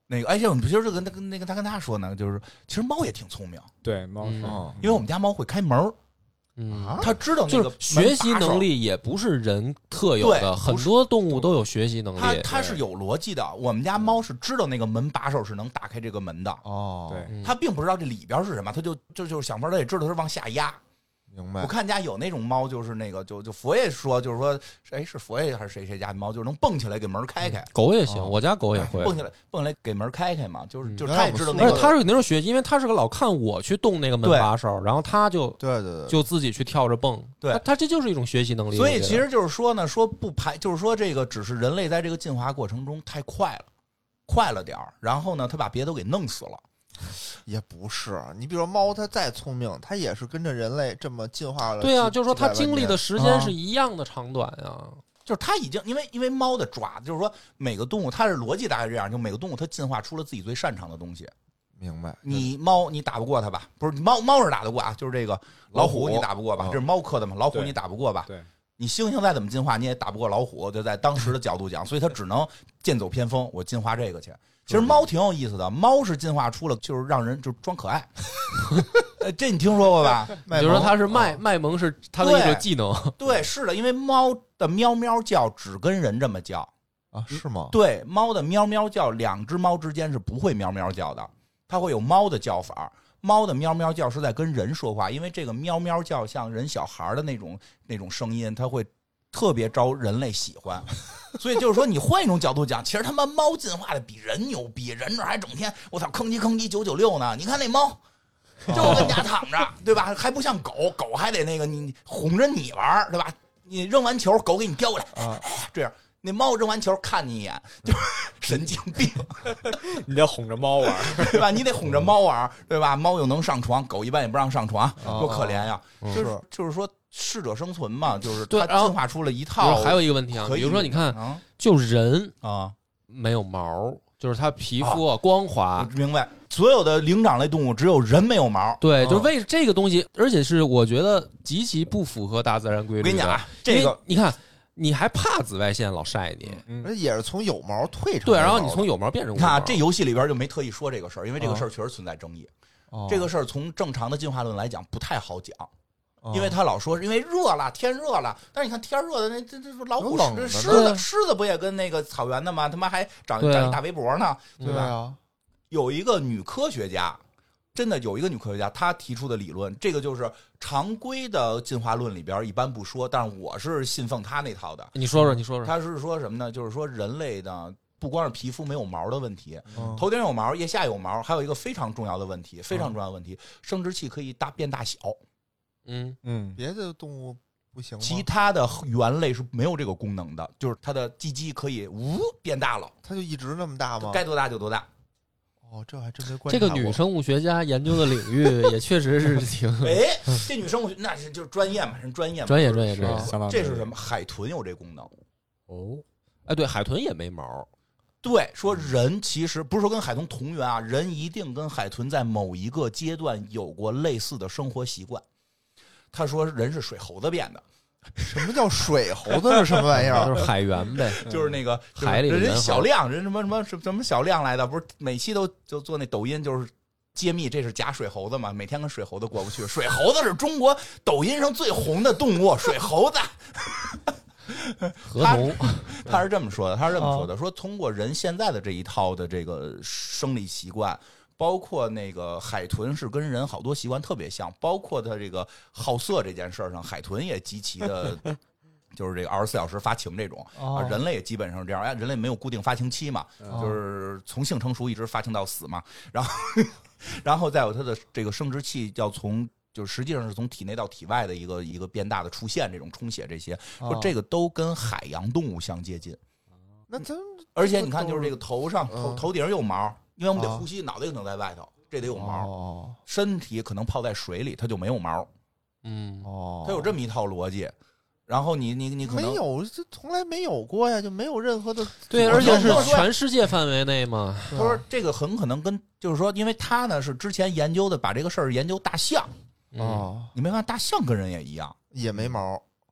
S2: 那个，哎，这我们其实就跟他跟那个他跟他说呢，就是其实猫也挺聪明，
S5: 对猫是、
S3: 嗯，
S2: 因为我们家猫会开门，
S3: 嗯，
S2: 它知道那个
S3: 就是学习能力也不是人特有的，很多动物都有学习能力，
S2: 它它是有逻辑的。我们家猫是知道那个门把手是能打开这个门的，
S4: 哦，
S5: 对，
S2: 它并不知道这里边是什么，它就就就是想法，它也知道它是往下压。
S4: 明白。
S2: 我看家有那种猫，就是那个，就就佛爷说，就是说，哎，是佛爷还是谁谁家的猫，就是能蹦起来给门开开。
S3: 狗也行，
S2: 哦、
S3: 我家狗也会
S2: 蹦起来，蹦起来给门开开嘛，就是就是
S4: 嗯
S2: 他也知道那个。
S3: 而且他是肯定是学习，因为他是个老看我去动那个门把手，然后他就
S4: 对对对，
S3: 就自己去跳着蹦。
S2: 对，
S3: 他, 他这就是一种学习能力。
S2: 所以其实就是说呢，说不排，就是说这个只是人类在这个进化过程中太快了，快了点儿，然后呢，他把别的都给弄死了。
S4: 也不是，你比如说猫，它再聪明，它也是跟着人类这么进化了。
S3: 对啊，就是说它经历的时间是一样的长短呀、啊。
S2: 就是它已经因为因为猫的爪，就是说每个动物它是逻辑大概这样，就每个动物它进化出了自己最擅长的东西。
S4: 明白？
S2: 你猫你打不过它吧？不是猫猫是打得过啊，就是这个老虎你打不过吧？
S4: 哦、
S2: 这是猫科的嘛？老虎你打不过吧？
S5: 对。
S2: 你猩猩再怎么进化，你也打不过老虎，就在当时的角度讲，所以它只能剑走偏锋，我进化这个去。其实猫挺有意思的，猫是进化出了就是让人就装可爱，这你听说过吧？
S3: 就是说它是卖、哦、卖萌是它的一种技能。
S2: 对，是的，因为猫的喵喵叫只跟人这么叫
S4: 啊，是吗？
S2: 对，猫的喵喵叫，两只猫之间是不会喵喵叫的，它会有猫的叫法。猫的喵喵叫是在跟人说话，因为这个喵喵叫像人小孩的那种那种声音，它会特别招人类喜欢。所以就是说，你换一种角度讲，其实他妈猫进化的比人牛逼，人这还整天我操吭叽吭叽九九六呢。你看那猫就跟家躺着，对吧？还不像狗，狗还得那个你哄着你玩，对吧？你扔完球，狗给你叼过来，啊、这样。那猫扔完球看你一眼，就是神经病。
S5: 你得哄着猫玩，
S2: 对吧？你得哄着猫玩，对吧？猫又能上床，狗一般也不让上床，多可怜呀！
S3: 哦、
S2: 就是就是说，适者生存嘛，就是它进化出了一套。
S3: 还有一个问题啊，比如说你看，
S2: 啊、
S3: 就人
S2: 啊
S3: 没有毛，就是它皮肤啊光滑。
S2: 明白？所有的灵长类动物只有人没有毛。
S3: 对，就是为这个东西，而且是我觉得极其不符合大自然规律的。
S2: 我跟你讲啊，这个
S3: 你看。你还怕紫外线老晒你？
S4: 而且也是从有毛退成
S3: 对，然后你从有毛变成无毛。
S2: 你看啊，这游戏里边就没特意说这个事儿，因为这个事儿确实存在争议。
S4: 哦、
S2: 这个事儿从正常的进化论来讲不太好讲，哦、因为他老说是因为热了，天热了。但是你看天热的那这这老虎、狮子、狮子不也跟那个草原的吗？他妈还长长一大围脖呢，对吧？
S4: 对啊、
S2: 有一个女科学家。真的有一个女科学家，她提出的理论，这个就是常规的进化论里边一般不说，但是我是信奉她那套的。
S3: 你说说，你说说。
S2: 她是说什么呢？就是说人类的不光是皮肤没有毛的问题，
S4: 嗯、
S2: 头顶有毛，腋下有毛，还有一个非常重要的问题，非常重要的问题，嗯、生殖器可以大变大小。
S3: 嗯
S4: 嗯，别的动物不行吗？
S2: 其他的猿类是没有这个功能的，就是它的鸡鸡可以呜变大了，
S4: 它就一直那么大吗？
S2: 该多大就多大。
S4: 哦，这还真没关
S3: 注。这个女生物学家研究的领域也确实是挺……
S2: 哎，这女生物学那是就是专业嘛，是专业嘛，
S3: 专业专业专业。
S2: 啊、这是什么？海豚有这功能。
S3: 哦，哎，对，海豚也没毛。
S2: 对，说人其实不是说跟海豚同源啊，人一定跟海豚在某一个阶段有过类似的生活习惯。他说人是水猴子变的。
S4: 什么叫水猴子是什么玩意儿？
S3: 就是海员呗，
S2: 就是那个
S3: 海里的
S2: 人小亮，人什么什么什么小亮来的，不是每期都就做那抖音，就是揭秘这是假水猴子嘛，每天跟水猴子过不去。水猴子是中国抖音上最红的动物，水猴子。
S3: 河童，
S2: 他是这么说的，他是这么说的，说通过人现在的这一套的这个生理习惯。包括那个海豚是跟人好多习惯特别像，包括它这个好色这件事上，海豚也极其的，就是这个二十四小时发情这种、
S3: 哦、
S2: 啊，人类也基本上是这样。哎，人类没有固定发情期嘛，哦、就是从性成熟一直发情到死嘛。然后，然后再有它的这个生殖器要从，就实际上是从体内到体外的一个一个变大的出现，这种充血这些，说、哦、这个都跟海洋动物相接近。
S4: 那咱
S2: 而且你看，就是这个头上头、
S4: 嗯、
S2: 头顶有毛。因为我们得呼吸，脑袋可能在外头，这得有毛。
S4: 哦、
S2: 身体可能泡在水里，它就没有毛。
S3: 嗯，
S4: 哦，
S2: 它有这么一套逻辑。然后你你你可能
S4: 没有，这从来没有过呀，就没有任何的
S3: 对，而且是全世界范围内嘛。
S2: 他说这个很可能跟就是说，因为他呢是之前研究的，把这个事儿研究大象。
S4: 哦，
S2: 你没发现大象跟人也一样，
S4: 也没毛。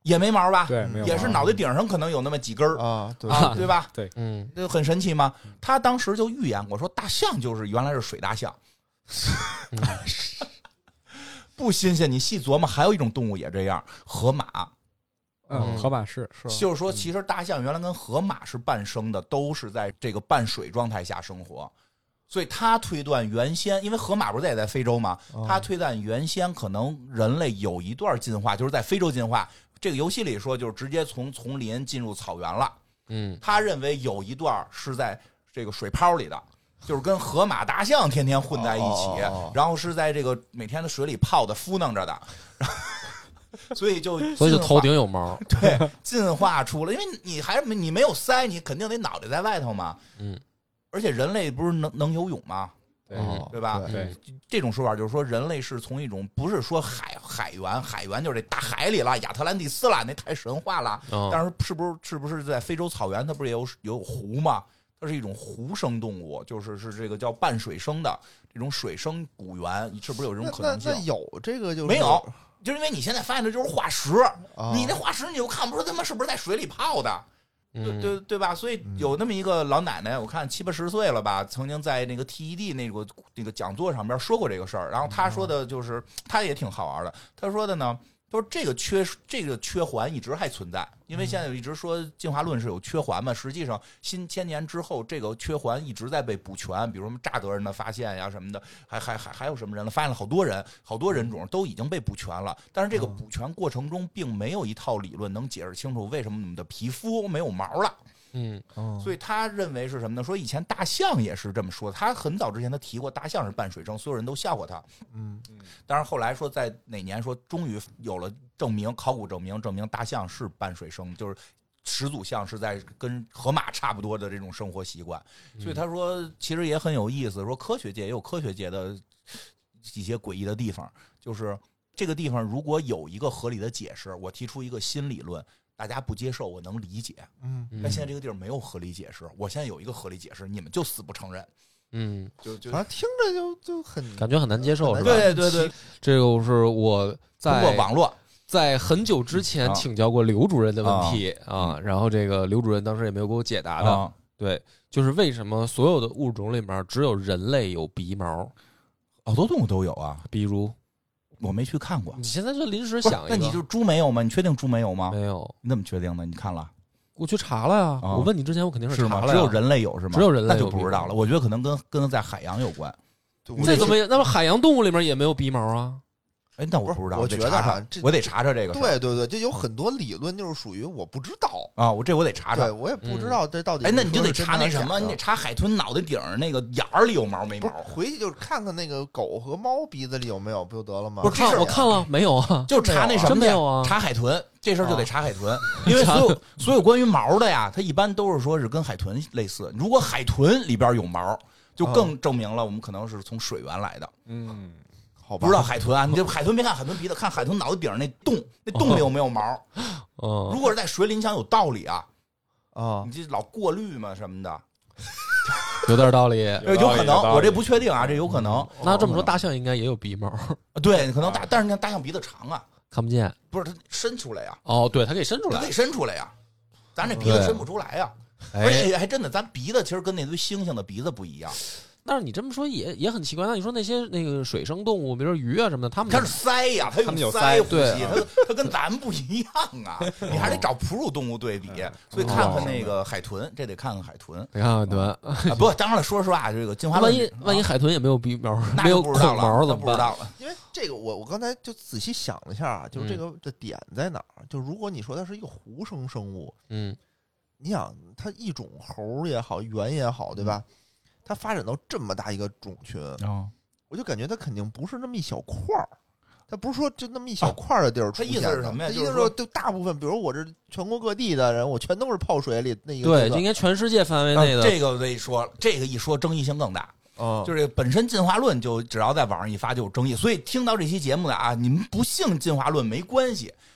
S2: 也没毛吧？
S5: 对，没有毛
S2: 也是脑袋顶上可能有那么几根儿
S4: 啊，对
S2: 啊，对吧？
S5: 对，
S3: 嗯，
S2: 这很神奇吗？他当时就预言过，说大象就是原来是水大象。
S3: 嗯
S2: 不新鲜，你细琢磨，还有一种动物也这样，河马。
S5: 嗯，河马是
S4: 是
S2: 就是说，其实大象原来跟河马是半生的，都是在这个半水状态下生活。所以他推断原先，因为河马不是也在非洲吗？他推断原先可能人类有一段进化，就是在非洲进化。这个游戏里说，就是直接从丛林进入草原了。
S3: 嗯，
S2: 他认为有一段是在这个水泡里的。就是跟河马、大象天天混在一起，
S4: 哦哦哦
S2: 然后是在这个每天的水里泡的、敷弄着的，所以就
S3: 所以就头顶有毛，
S2: 对，进化出了，因为你还是你没有鳃，你肯定得脑袋在外头嘛，
S3: 嗯，
S2: 而且人类不是能能游泳吗？
S5: 对
S4: 哦
S2: 对吧？
S5: 对，
S2: 这种说法就是说，人类是从一种不是说海海员，海员就是这大海里了，亚特兰蒂斯了，那太神话了。
S3: 哦
S2: 但是是不是是不是在非洲草原，它不是也有有湖吗？它是一种湖生动物，就是是这个叫半水生的这种水生古猿，是不是有这种可能性？
S4: 那那有这个就是
S2: 没有，就是因为你现在发现的就是化石，
S4: 啊
S2: 你那化石你又看不出他妈是不是在水里泡的。对
S3: 嗯
S2: 对对吧？所以有那么一个老奶奶，我看七八十岁了吧，曾经在那个 T E D 那个那个讲座上边说过这个事儿。然后她说的就是，她也挺好玩的。她说的呢，她说这个缺这个缺环一直还存在，因为现在一直说进化论是有缺环嘛。实际上，新千年之后，这个缺环一直在被补全，比如什么乍得人的发现呀什么的，还还还还有什么人了？发现了好多人，好多人种都已经被补全了。但是这个补全过程中，并没有一套理论能解释清楚为什么你们的皮肤没有毛了。
S3: 嗯，
S2: 所以他认为是什么呢？说以前大象也是这么说的，他很早之前他提过大象是半水生，所有人都笑话他。
S4: 嗯，
S2: 但是后来说在哪年说终于有了证明，考古证明证明大象是半水生，就是始祖象是在跟河马差不多的这种生活习惯。所以他说其实也很有意思，说科学界也有科学界的一些诡异的地方，就是这个地方如果有一个合理的解释，我提出一个新理论。大家不接受，我能理解。
S4: 嗯，
S2: 但现在这个地儿没有合理解释，我现在有一个合理解释，你们就死不承认。
S3: 嗯，
S2: 就就
S4: 反正听着就就很
S3: 感觉很难接受，是吧？
S2: 对对对，
S3: 这个是我在
S2: 通过网络
S3: 在很久之前请教过刘主任的问题啊，
S2: 啊
S3: 然后这个刘主任当时也没有给我解答的。
S2: 啊、
S3: 对，就是为什么所有的物种里面只有人类有鼻毛，
S2: 好多动物都有啊，
S3: 比如。
S2: 我没去看过，
S3: 你现在就临时想一个，
S2: 那你就猪没有吗？你确定猪没有吗？
S3: 没有，
S2: 你怎么确定的？你看了？
S3: 我去查了呀。
S2: 啊、
S3: 我问你之前，我肯定
S2: 是
S3: 查了。
S2: 只有人类有是吗？
S3: 只有人类有，
S2: 那就不知道了。我觉得可能跟跟在海洋有关。
S3: 这怎么？那么海洋动物里面也没有鼻毛啊？
S2: 哎，那我不知道，
S4: 我觉得
S2: 查我得查查这个。
S4: 对对对，就有很多理论就是属于我不知道
S2: 啊，我这我得查查。
S4: 对我也不知道这到底。
S2: 哎，那你就得查那什么，你得查海豚脑袋顶那个眼儿里有毛没毛。
S4: 回去就看看那个狗和猫鼻子里有没有，不就得了吗？
S2: 不是，
S3: 我看了没有啊？
S2: 就查那什么
S3: 没有啊？
S2: 查海豚这事儿就得查海豚，因为所有所有关于毛的呀，它一般都是说是跟海豚类似。如果海豚里边有毛，就更证明了我们可能是从水源来的。
S5: 嗯。
S2: 好不知道海豚啊，你这海豚别看海豚鼻子，看海豚脑袋顶上那洞，那洞里有没有毛？
S3: 哦，
S2: 如果是在水里，你想有道理啊？
S4: 啊，
S2: 你这老过滤嘛什么的，
S3: 有点道理，
S2: 有可能，我这不确定啊，这有可能。
S3: 那这么说，大象应该也有鼻毛？
S2: 对，可能大，但是你看大象鼻子长啊，
S3: 看不见，
S2: 不是它伸出来呀？
S3: 哦，对，它可以伸出来，
S2: 它可以伸出来呀，咱这鼻子伸不出来呀。而且还真的，咱鼻子其实跟那堆猩猩的鼻子不一样。
S3: 但是你这么说也也很奇怪，那你说那些那个水生动物，比如说鱼啊什么的，它们
S2: 它是鳃呀，它
S5: 有
S2: 鳃呼
S3: 对
S2: 吸，它它跟咱不一样啊，你还得找哺乳动物对比，所以看看那个海豚，这得看看海豚，
S3: 得看海豚。
S2: 啊、不，当然了，说实话，这个进化论，
S3: 万一万一海豚也没有鼻毛，
S2: 那
S3: 没有
S2: 孔毛
S3: 怎么办？
S2: 了，
S4: 因为这个我我刚才就仔细想了一下啊，就是这个的点在哪儿？就如果你说它是一个湖生生物，
S3: 嗯。
S4: 你想，它一种猴也好，猿也好，对吧？它发展到这么大一个种群，
S2: 哦、
S4: 我就感觉它肯定不是那么一小块儿，它不是说就那么一小块的地儿出现的。
S2: 它、啊、意思是什么呀？
S4: 它意思说，就大部分，比如我这全国各地的人，我全都是泡水里那一个。
S3: 对，应该全世界范围内的。
S2: 啊、这个我一说，这个一说争议性更大。
S4: 哦，
S2: 就是本身进化论就只要在网上一发就有争议，所以听到这期节目的啊，你们不信进化论没关系。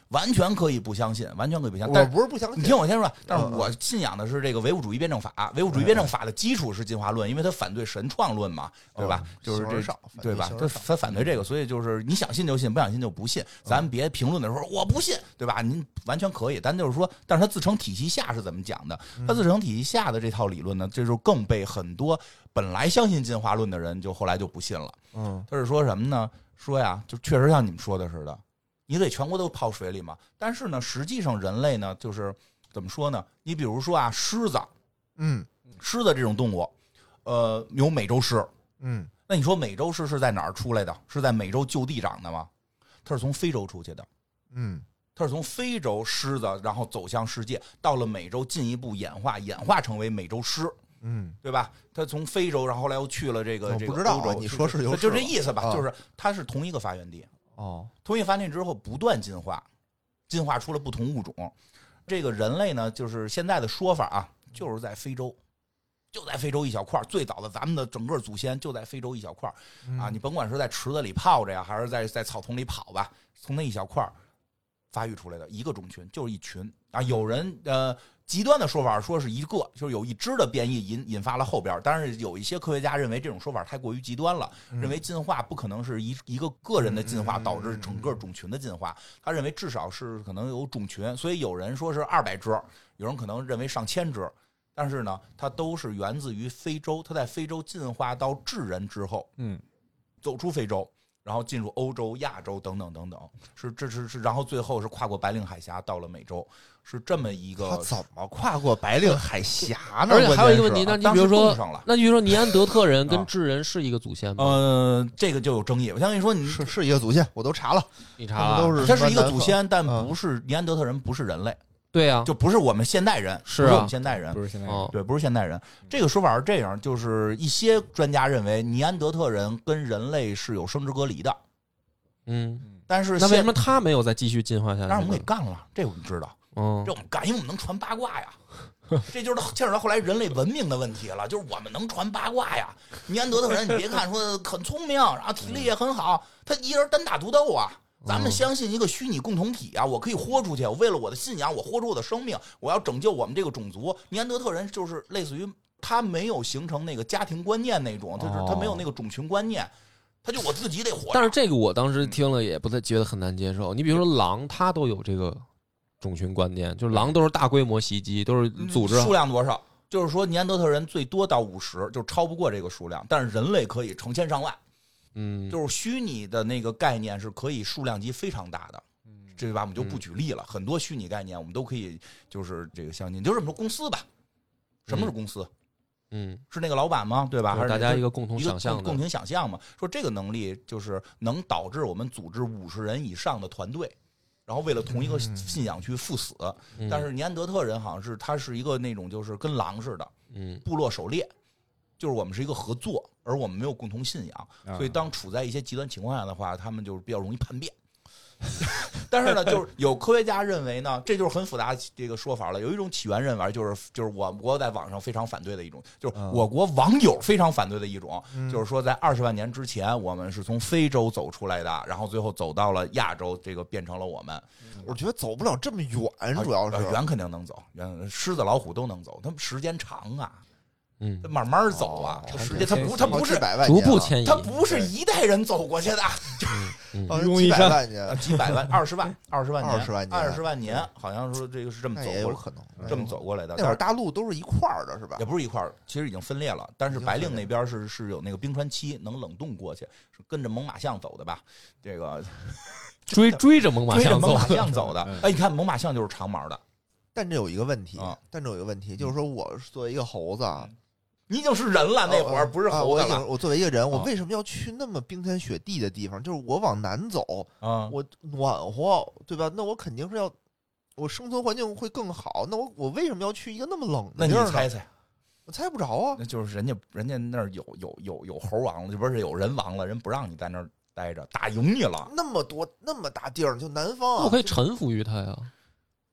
S2: 完全可以不相信，完全可以不相信。
S4: 我不是不相信，
S2: 你听我先说，但是我信仰的是这个唯物主义辩证法。唯物主义辩证法的基础是进化论，因为它反对神创论嘛，对吧？就是这，对吧？他他反对这个，所以就是你想信就信，不想信就不信。咱别评论的时候我不信，对吧？您完全可以，但就是说，但是他自成体系下是怎么讲的？他自成体系下的这套理论呢，这就更被很多本来相信进化论的人就后来就不信了。嗯，他是说什么呢？说呀，就确实像你们说的似的。你得全国都泡水里嘛？但是呢，实际上人类呢，就是怎么说呢？你比如说啊，狮子，
S4: 嗯，
S2: 狮子这种动物，呃，有美洲狮，
S4: 嗯，
S2: 那你说美洲狮是在哪儿出来的？是在美洲就地长的吗？它是从非洲出去的，
S4: 嗯，
S2: 它是从非洲狮子，然后走向世界，到了美洲进一步演化，演化成为美洲狮。
S4: 嗯，
S2: 对吧？他从非洲，然后后来又去了这个这个
S4: 不知道
S2: 欧洲。
S4: 你说是有，
S2: 就这意思吧？
S4: 啊、
S2: 就是它是同一个发源地。
S4: 哦，
S2: 同一个发源地之后不断进化，进化出了不同物种。这个人类呢，就是现在的说法啊，就是在非洲，就在非洲一小块。最早的咱们的整个祖先就在非洲一小块、嗯、啊！你甭管是在池子里泡着呀，还是在在草丛里跑吧，从那一小块发育出来的一个种群，就是一群啊。有人呃。极端的说法说是一个，就是有一支的变异引引发了后边，但是有一些科学家认为这种说法太过于极端了，
S4: 嗯、
S2: 认为进化不可能是一一个个人的进化导致整个种群的进化，他认为至少是可能有种群，所以有人说是二百只，有人可能认为上千只，但是呢，它都是源自于非洲，它在非洲进化到智人之后，
S5: 嗯，
S2: 走出非洲。然后进入欧洲、亚洲等等等等，是这是是，然后最后是跨过白令海峡到了美洲，是这么一个。
S4: 他怎么跨过白令海峡呢？
S3: 而且还有一个问题，那你比如说，那比如说尼安德特人跟智人是一个祖先吗？
S2: 呃，这个就有争议。我相信说你
S4: 是是一个祖先，我都查了，
S3: 你查了，
S4: 都是
S2: 它是一个祖先，但不是尼安德特人，不是人类。
S3: 对呀、啊，
S2: 就不是我们现代人，
S3: 是、
S2: 啊、不是我们现代人，
S5: 不是现代人，
S2: 对，不是现代人。这个说法是这样，就是一些专家认为尼安德特人跟人类是有生殖隔离的。
S3: 嗯，
S2: 但是
S3: 那为什么他没有再继续进化下去？
S2: 让我们给干了，这我们知道。
S3: 嗯，
S2: 这我们干，因为我们能传八卦呀。这就是牵扯到后来人类文明的问题了，就是我们能传八卦呀。尼安德特人，你别看说很聪明，然后体力也很好，他一人单打独斗啊。咱们相信一个虚拟共同体啊，我可以豁出去，我为了我的信仰，我豁出我的生命，我要拯救我们这个种族。尼安德特人就是类似于他没有形成那个家庭观念那种，就是他没有那个种群观念。他就我自己得活。
S3: 但是这个我当时听了也不太觉得很难接受。你比如说狼，它都有这个种群观念，就是狼都是大规模袭击，都是组织
S2: 数量多少，就是说尼安德特人最多到五十，就超不过这个数量，但是人类可以成千上万。
S3: 嗯，
S2: 就是虚拟的那个概念是可以数量级非常大的。这吧我们就不举例了，很多虚拟概念我们都可以就是这个相信。就这么说公司吧，什么是公司？
S3: 嗯，
S2: 是那个老板吗？对吧？还是
S3: 大家一个共同想象的
S2: 共同想象嘛？说这个能力就是能导致我们组织五十人以上的团队，然后为了同一个信仰去赴死。
S3: 嗯、
S2: 但是尼安德特人好像是他是一个那种就是跟狼似的，
S3: 嗯，
S2: 部落狩猎，就是我们是一个合作，而我们没有共同信仰，所以当处在一些极端情况下的话，他们就是比较容易叛变。但是呢，就是有科学家认为呢，这就是很复杂的这个说法了。有一种起源认为，就是就是我国在网上非常反对的一种，就是我国网友非常反对的一种，
S4: 嗯、
S2: 就是说在二十万年之前，我们是从非洲走出来的，然后最后走到了亚洲，这个变成了我们。
S4: 我觉得走不了这么远，主要是
S2: 远肯定能走，远狮子老虎都能走，他们时间长啊。
S3: 嗯，
S2: 慢慢走啊，
S4: 哦、
S2: 时间它不，它不是
S3: 逐步迁移，
S2: 它不是一代人走过去的，
S3: 嗯
S4: 嗯、几百万年，
S2: 几百万，二十万，二十万年，
S4: 二十万年，
S2: 二十万年，好像说这个是这么走过来，
S4: 有可能
S2: 这么走过来的。
S4: 那会儿大陆都是一块儿的，是吧？
S2: 也不是一块儿，其实已经分裂了。但是白令那边是是有那个冰川期，能冷冻过去，是跟着猛犸象走的吧？这个
S3: 追追着猛犸象
S2: 走，猛犸象走的。哎，你看猛犸象就是长毛的，
S4: 但这有一个问题，
S2: 啊、
S4: 但这有一个问题，就是说我作为一个猴子啊。
S2: 你已经是人了，那会儿不是猴子了。
S4: 啊、我, 我作为一个人，我为什么要去那么冰天雪地的地方？就是我往南走，
S2: 啊，
S4: 我暖和，对吧？那我肯定是要，我生存环境会更好。那我我为什么要去一个那么冷的地儿呢？
S2: 那你猜猜，
S4: 我猜不着啊。
S2: 那就是人家人家那儿有有有有猴王了，就不是有人王了，人不让你在那儿待着，打赢你了。
S4: 那么多那么大地儿，就南方啊，
S3: 我可以臣服于他呀。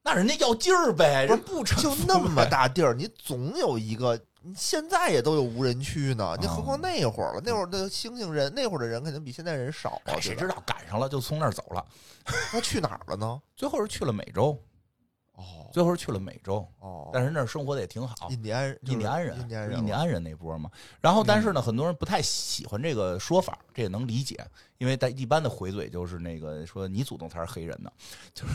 S2: 那人家要劲儿呗，人不
S4: 就那么大地儿，你总有一个。你现在也都有无人区呢，你何况那会儿了？那会儿的猩猩人，那会儿的人肯定比现在人少啊。
S2: 谁知道赶上了就从那儿走了，
S4: 他去哪儿了呢？
S2: 最后是去了美洲。
S4: 哦，
S2: 最后是去了美洲。
S4: 哦，
S2: 但是那儿生活的也挺好。
S4: 印第安
S2: 印第安人，
S4: 印第安人，
S2: 印第安人那波嘛。然后，但是呢，很多人不太喜欢这个说法，这也能理解，因为在一般的回嘴就是那个说你祖宗才是黑人呢，就是、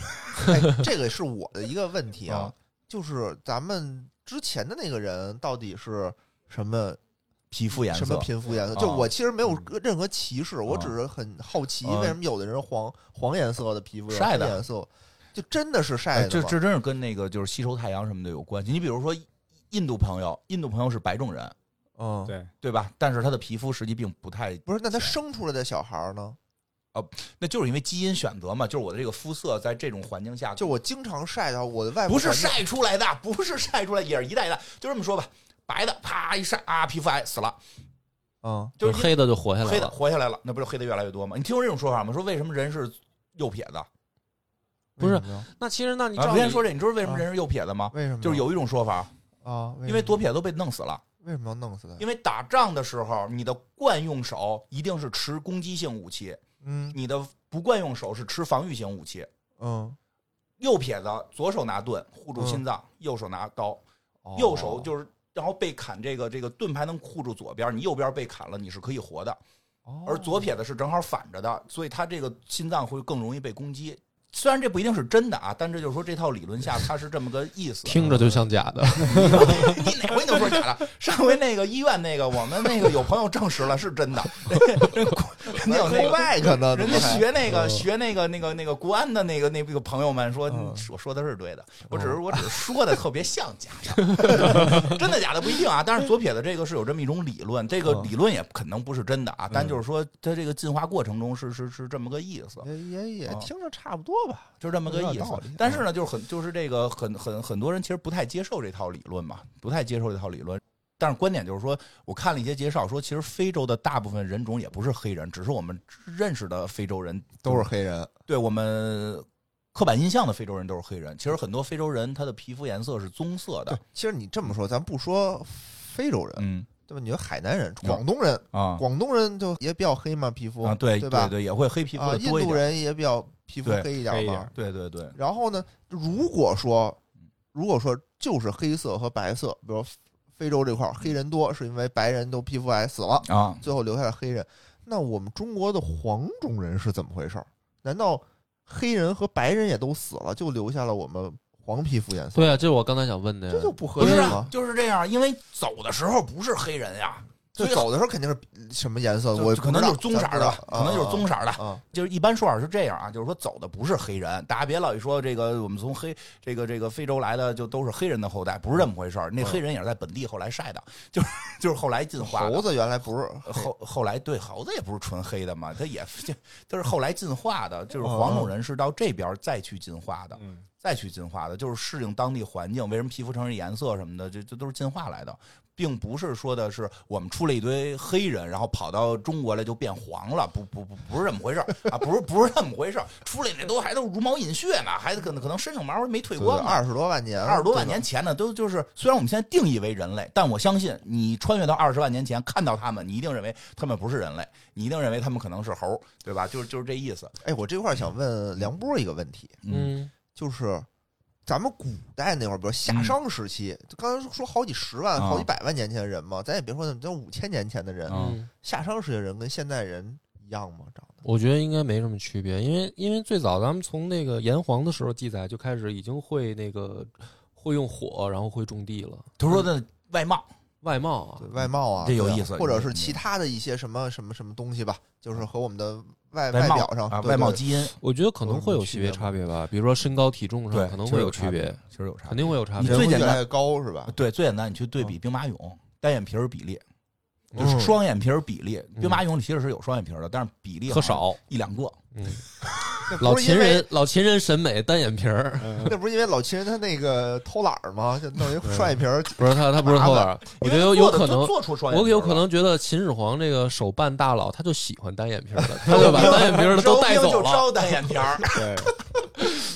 S4: 哎、这个是我的一个问题啊，就是咱们。之前的那个人到底是什么
S2: 皮肤颜色？
S4: 什么皮肤颜色？就我其实没有任何歧视，我只是很好奇，为什么有的人黄黄颜色的皮肤
S2: 晒的
S4: 颜色，就真的是晒的？
S2: 这这真是跟那个就是吸收太阳什么的有关系。你比如说印度朋友，印度朋友是白种人，
S4: 嗯，
S5: 对
S2: 对吧？但是他的皮肤实际并不太
S4: 不是。那他生出来的小孩呢？
S2: 哦，那就是因为基因选择嘛，就是我的这个肤色在这种环境下，
S4: 就我经常晒的，我的外部
S2: 不是晒出来的，不是晒出来，也是一代一代，就这么说吧，白的啪一晒啊，皮肤癌死了，
S4: 嗯，
S3: 就是黑的就活下来了，
S2: 黑的活下来了，那不是黑的越来越多吗？你听过这种说法吗？说为什么人是右撇子？
S3: 不是，那其实那你
S2: 之前说这，你知道为什么人是右撇子吗？
S4: 为什么？
S2: 就是有一种说法
S4: 啊，
S2: 因为左撇子都被弄死了。
S4: 为什么要弄死他？
S2: 因为打仗的时候，你的惯用手一定是持攻击性武器，
S4: 嗯，
S2: 你的不惯用手是持防御型武器，
S4: 嗯，
S2: 右撇子左手拿盾护住心脏，嗯、右手拿刀，
S4: 哦、
S2: 右手就是然后被砍这个这个盾牌能护住左边，你右边被砍了，你是可以活的，
S4: 哦、
S2: 而左撇子是正好反着的，所以他这个心脏会更容易被攻击。虽然这不一定是真的啊，但这就是说这套理论下它是这么个意思。
S3: 听着就像假的。
S2: 你哪回能说假的？上回那个医院那个，我们那个有朋友证实了是真的。人家有那个
S4: 外可能，
S2: 人家学那个学那个那个那个国安的那个那个朋友们说，我说的是对的，我只是我只是说的特别像假的，真的假的不一定啊。但是左撇子这个是有这么一种理论，这个理论也可能不是真的啊，但就是说它这个进化过程中是是是这么个意思。
S4: 也也也听着差不多。
S2: 就这么个意思，但是呢，就是很就是这个很很很多人其实不太接受这套理论嘛，不太接受这套理论。但是观点就是说，我看了一些介绍说，其实非洲的大部分人种也不是黑人，只是我们认识的非洲人
S4: 都是黑人。
S2: 对我们刻板印象的非洲人都是黑人，其实很多非洲人他的皮肤颜色是棕色的。
S4: 其实你这么说，咱不说非洲人，
S2: 嗯。
S4: 对吧？你说海南人、广东人
S2: 啊，
S4: 广东人就也比较黑嘛，皮肤
S2: 啊，对
S4: 对吧？
S2: 对对，也会黑皮肤的多一点。
S4: 印度人也比较皮肤黑一点嘛，
S2: 对对对。
S4: 然后呢，如果说如果说就是黑色和白色，比如非洲这块黑人多，是因为白人都皮肤癌死了
S2: 啊，
S4: 最后留下了黑人。那我们中国的黄种人是怎么回事？难道黑人和白人也都死了，就留下了我们黄皮肤颜色？
S3: 对啊，这是我刚才想问的呀，
S4: 这就不合适吗？
S2: 就是这样，因为走的时候不是黑人呀，
S4: 所以走的时候肯定是什么颜色？我
S2: 可能就是棕色的，可能就是棕色的。
S4: 啊、
S2: 就是一般说法是这样啊，就是说走的不是黑人，大家别老一说这个我们从黑这个这个非洲来的就都是黑人的后代，不是这么回事儿。那黑人也是在本地后来晒的，就是就是后来进化的。
S4: 猴子原来不是
S2: 后后来对猴子也不是纯黑的嘛，它也就是后来进化的，就是黄种人是到这边再去进化的。
S5: 嗯
S2: 再去进化的，就是适应当地环境，为什么皮肤成这颜色什么的，这这都是进化来的，并不是说的是我们出了一堆黑人，然后跑到中国来就变黄了，不不不不是这么回事啊，不是不是这么回事，出来那都还都如毛饮血呢，还可能可能身上毛没退光，
S4: 二十多万年，
S2: 二十多万年前呢，都就是虽然我们现在定义为人类，但我相信你穿越到二十万年前看到他们，你一定认为他们不是人类，你一定认为他们可能是猴，对吧？就是就是这意思。
S4: 哎，我这块想问梁波一个问题，
S3: 嗯。
S4: 就是咱们古代那会儿，比如夏商时期，嗯、刚才说好几十万、嗯、好几百万年前的人嘛，咱也别说那五千年前的人，
S3: 嗯、
S4: 夏商时期的人跟现代人一样吗？长得？
S3: 我觉得应该没什么区别，因为因为最早咱们从那个炎黄的时候记载就开始已经会那个会用火，然后会种地了。
S2: 他说的外貌。
S3: 外貌啊，
S4: 外貌啊，
S2: 这有意思，
S4: 或者是其他的一些什么什么什么东西吧，就是和我们的外
S2: 外
S4: 表上
S2: 啊，外貌基因，
S3: 我觉得可能会有细微差别吧，比如说身高体重上可能会有区别，
S2: 其实有差别，
S3: 肯定会有差别。
S2: 你最简单
S4: 高是吧？
S2: 对，最简单，你去对比兵马俑单眼皮儿比例，就是双眼皮儿比例，兵马俑其实是有双眼皮儿的，但是比例
S3: 特少，
S2: 一两个。
S3: 嗯。老秦人，老秦人审美单眼皮儿，
S4: 那不是因为老秦人他那个偷懒吗？就弄一双眼皮儿。
S3: 不是他，他不是偷懒，我觉得有有可能，我有可能觉得秦始皇这个手办大佬，他就喜欢单眼皮儿的，他就把单眼皮儿的都带走了，
S2: 就招单眼皮儿。
S5: 对，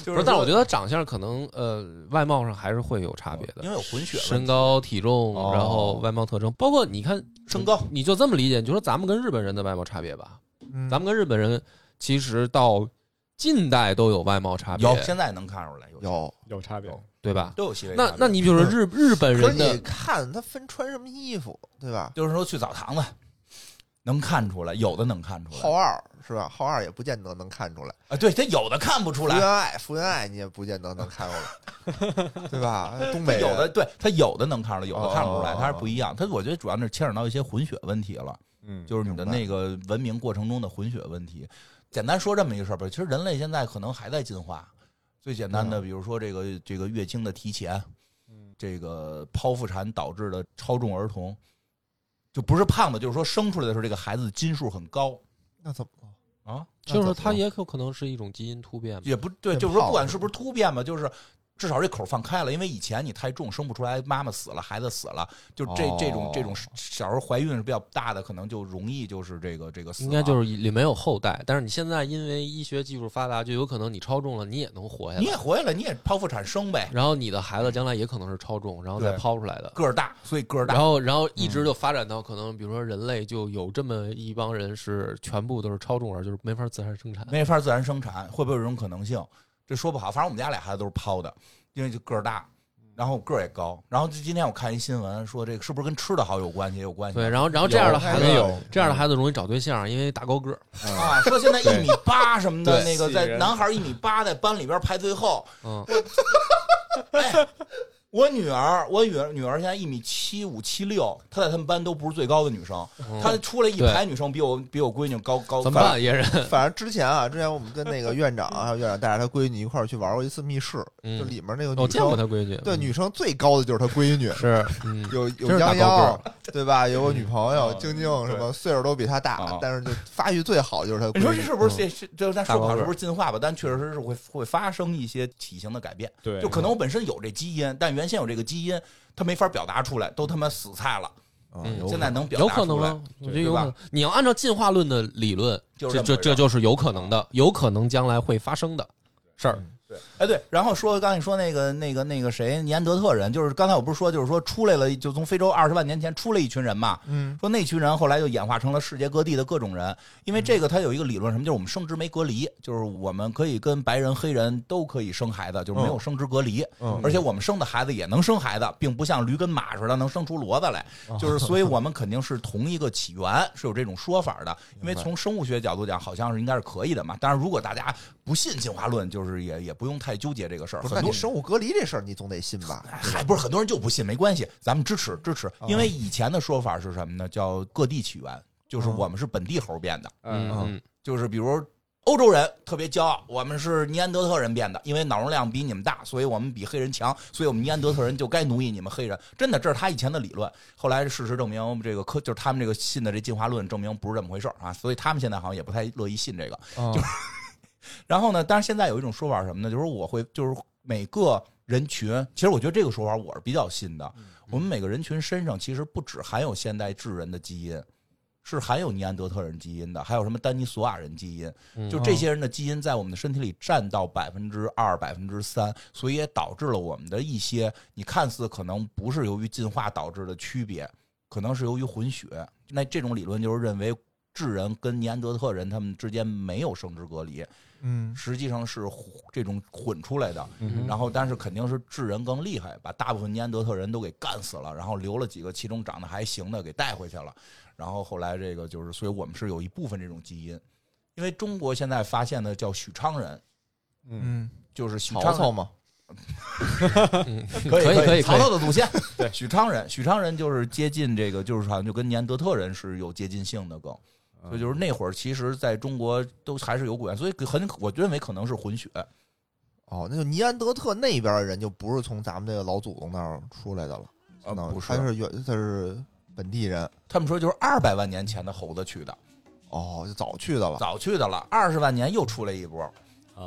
S2: 就是，
S3: 但是我觉得长相可能呃外貌上还是会有差别的，
S2: 因为有混血，
S3: 身高、体重，然后外貌特征，包括你看
S2: 身高，
S3: 你就这么理解，你就说咱们跟日本人的外貌差别吧，
S4: 嗯、
S3: 咱们跟日本人其实到近代都有外貌差别，
S2: 有现在能看出来有
S4: 有
S5: 有差别，
S3: 对吧？
S2: 都有细微。
S3: 那那你比如说日日本人的，
S4: 你看他分穿什么衣服，对吧？
S2: 就是说去澡堂子。能看出来，有的能看出来。
S4: 号二是吧？号二也不见得能看出来
S2: 啊，对他有的看不出来。
S4: 福原爱，福原爱你也不见得能看出来，对吧？东北
S2: 有的对他有的能看出来，有的看不出来，
S4: 哦、
S2: 他是不一样。他我觉得主要是牵扯到一些混血问题了，
S4: 嗯，
S2: 就是你的那个文明过程中的混血问题。简单说这么一个事儿吧，其实人类现在可能还在进化。最简单的，比如说这个这个月经的提前，嗯，这个剖腹产导致的超重儿童。就不是胖的，就是说生出来的时候这个孩子斤数很高，
S4: 那怎么了
S2: 啊？
S3: 就是它也有可能是一种基因突变，
S2: 也不对，就是说不管是不是突变吧，就是至少这口放开了，因为以前你太重生不出来，妈妈死了，孩子死了，就这、哦、这种这种小时候怀孕是比较大的，可能就容易就是这个这个死亡，
S3: 应该就是里面有后代。但是你现在因为医学技术发达，就有可能你超重了，你也能活下来，
S2: 你也活下来，你也剖腹产生呗。
S3: 然后你的孩子将来也可能是超重，然后再剖出来的，
S2: 个儿大，所以个儿大。
S3: 然后然后一直就发展到可能，比如说人类就有这么一帮人是全部都是超重儿，就是没法自然生产，
S2: 没法自然生产，会不会有这种可能性？这说不好。反正我们家俩孩子都是剖的。因为就个儿大，然后个儿也高，然后今天我看一新闻说这个是不是跟吃的好有关系？也有关系。
S3: 对，然后然后这样的孩子
S5: 有，
S3: 这样的孩子容易找对象，因为大高个儿、
S2: 嗯、啊。说现在一米八什么的，那个在男孩一米八在班里边排最后。嗯，哎，我女儿，我女儿女儿现在一米七五七六，她在他们班都不是最高的女生，嗯、她出来一排女生比我比我闺女高高。
S3: 怎么办？野人，
S4: 反正之前啊，之前我们跟那个院长啊，院长带着他闺女一块儿去玩过一次密室，
S3: 嗯、
S4: 就里面那个女生，
S3: 我见过他闺女，
S4: 对，女生最高的就是他闺女，
S3: 是、
S4: 嗯、有有泱泱，对吧？有个女朋友，晶晶什么岁数都比他大，
S2: 嗯、
S4: 但是就发育最好就是他闺女。
S2: 你说这是不是这是这咱说不好是不是进化吧？但确实是会会发生一些体型的改变，
S5: 对，
S2: 就可能我本身有这基因，但原先有这个基因。他没法表达出来，都他妈死菜了。
S3: 嗯，
S2: 现在能表达出来，
S3: 有可能吗？我觉得有可能。你要按照进化论的理论，
S2: 这
S3: 这这就是有可能的，有可能将来会发生的事儿。
S2: 对，哎对，然后说刚才你说那个那个那个谁，尼安德特人，就是刚才我不是说，就是说出来了，就从非洲二十万年前出来一群人嘛，嗯，说那群人后来就演化成了世界各地的各种人，因为这个它有一个理论，什么就是我们生殖没隔离，就是我们可以跟白人、黑人都可以生孩子，就是没有生殖隔离，嗯，而且我们生的孩子也能生孩子，并不像驴跟马似的能生出骡子来，就是所以我们肯定是同一个起源，是有这种说法的，因为从生物学角度讲，好像是应该是可以的嘛。当然，如果大家不信进化论，就是也也不用太纠结这个事儿。
S4: 那你生物隔离这事儿，你总得信吧？
S2: 还不是很多人就不信，没关系，咱们支持支持。因为以前的说法是什么呢？叫各地起源，就是我们是本地猴变的。
S3: 嗯嗯，
S2: 就是比如欧洲人特别骄傲，我们是尼安德特人变的，因为脑容量比你们大，所以我们比黑人强，所以我们尼安德特人就该奴役你们黑人。真的，这是他以前的理论。后来事实证明，这个科就是他们这个信的这进化论证明不是这么回事啊，所以他们现在好像也不太乐意信这个。
S4: 哦、
S2: 就是然后呢，当然现在有一种说法是什么呢？就是我会就是每个人群，其实我觉得这个说法我是比较信的。我们每个人群身上其实不只含有现代智人的基因，是含有尼安德特人基因的，还有什么丹尼索瓦人基因，就这些人的基因在我们的身体里占到百分之二、百分之三，所以也导致了我们的一些你看似可能不是由于进化导致的区别，可能是由于混血。那这种理论就是认为智人跟尼安德特人他们之间没有生殖隔离，
S4: 嗯，
S2: 实际上是这种混出来的，
S3: 嗯、
S2: 然后但是肯定是智人更厉害，把大部分尼安德特人都给干死了，然后留了几个其中长得还行的给带回去了，然后后来这个就是，所以我们是有一部分这种基因，因为中国现在发现的叫许昌人，
S4: 嗯，
S2: 就是许昌
S4: 曹操嘛，
S3: 嗯、
S2: 可以
S3: 可以可以，
S2: 曹操的祖先，对，许昌人，许昌人就是接近这个，就是好像就跟尼安德特人是有接近性的更。所以就是那会儿，其实在中国都还是有古源，所以很我认为可能是混血。
S4: 哦，那就尼安德特那边的人就不是从咱们这个老祖宗那儿出来的了，
S2: 啊，不是，
S4: 他是原他是本地人。
S2: 他们说就是二百万年前的猴子去的，
S4: 哦，就早去的了，
S2: 早去的了，二十万年又出来一波
S5: 啊，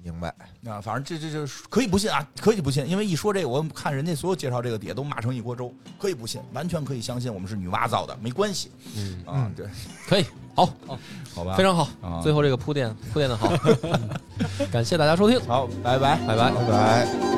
S4: 明白
S2: 啊，反正这这这可以不信啊，可以不信，因为一说这个，我看人家所有介绍这个底下都骂成一锅粥，可以不信，完全可以相信我们是女娲造的，没关系。
S3: 嗯
S2: 啊，对，
S3: 可以，好，
S2: 好，好吧，
S3: 非常好。
S2: 啊、
S3: 最后这个铺垫铺垫的好，感谢大家收听，
S2: 好，拜拜，
S3: 拜拜，
S4: 拜拜。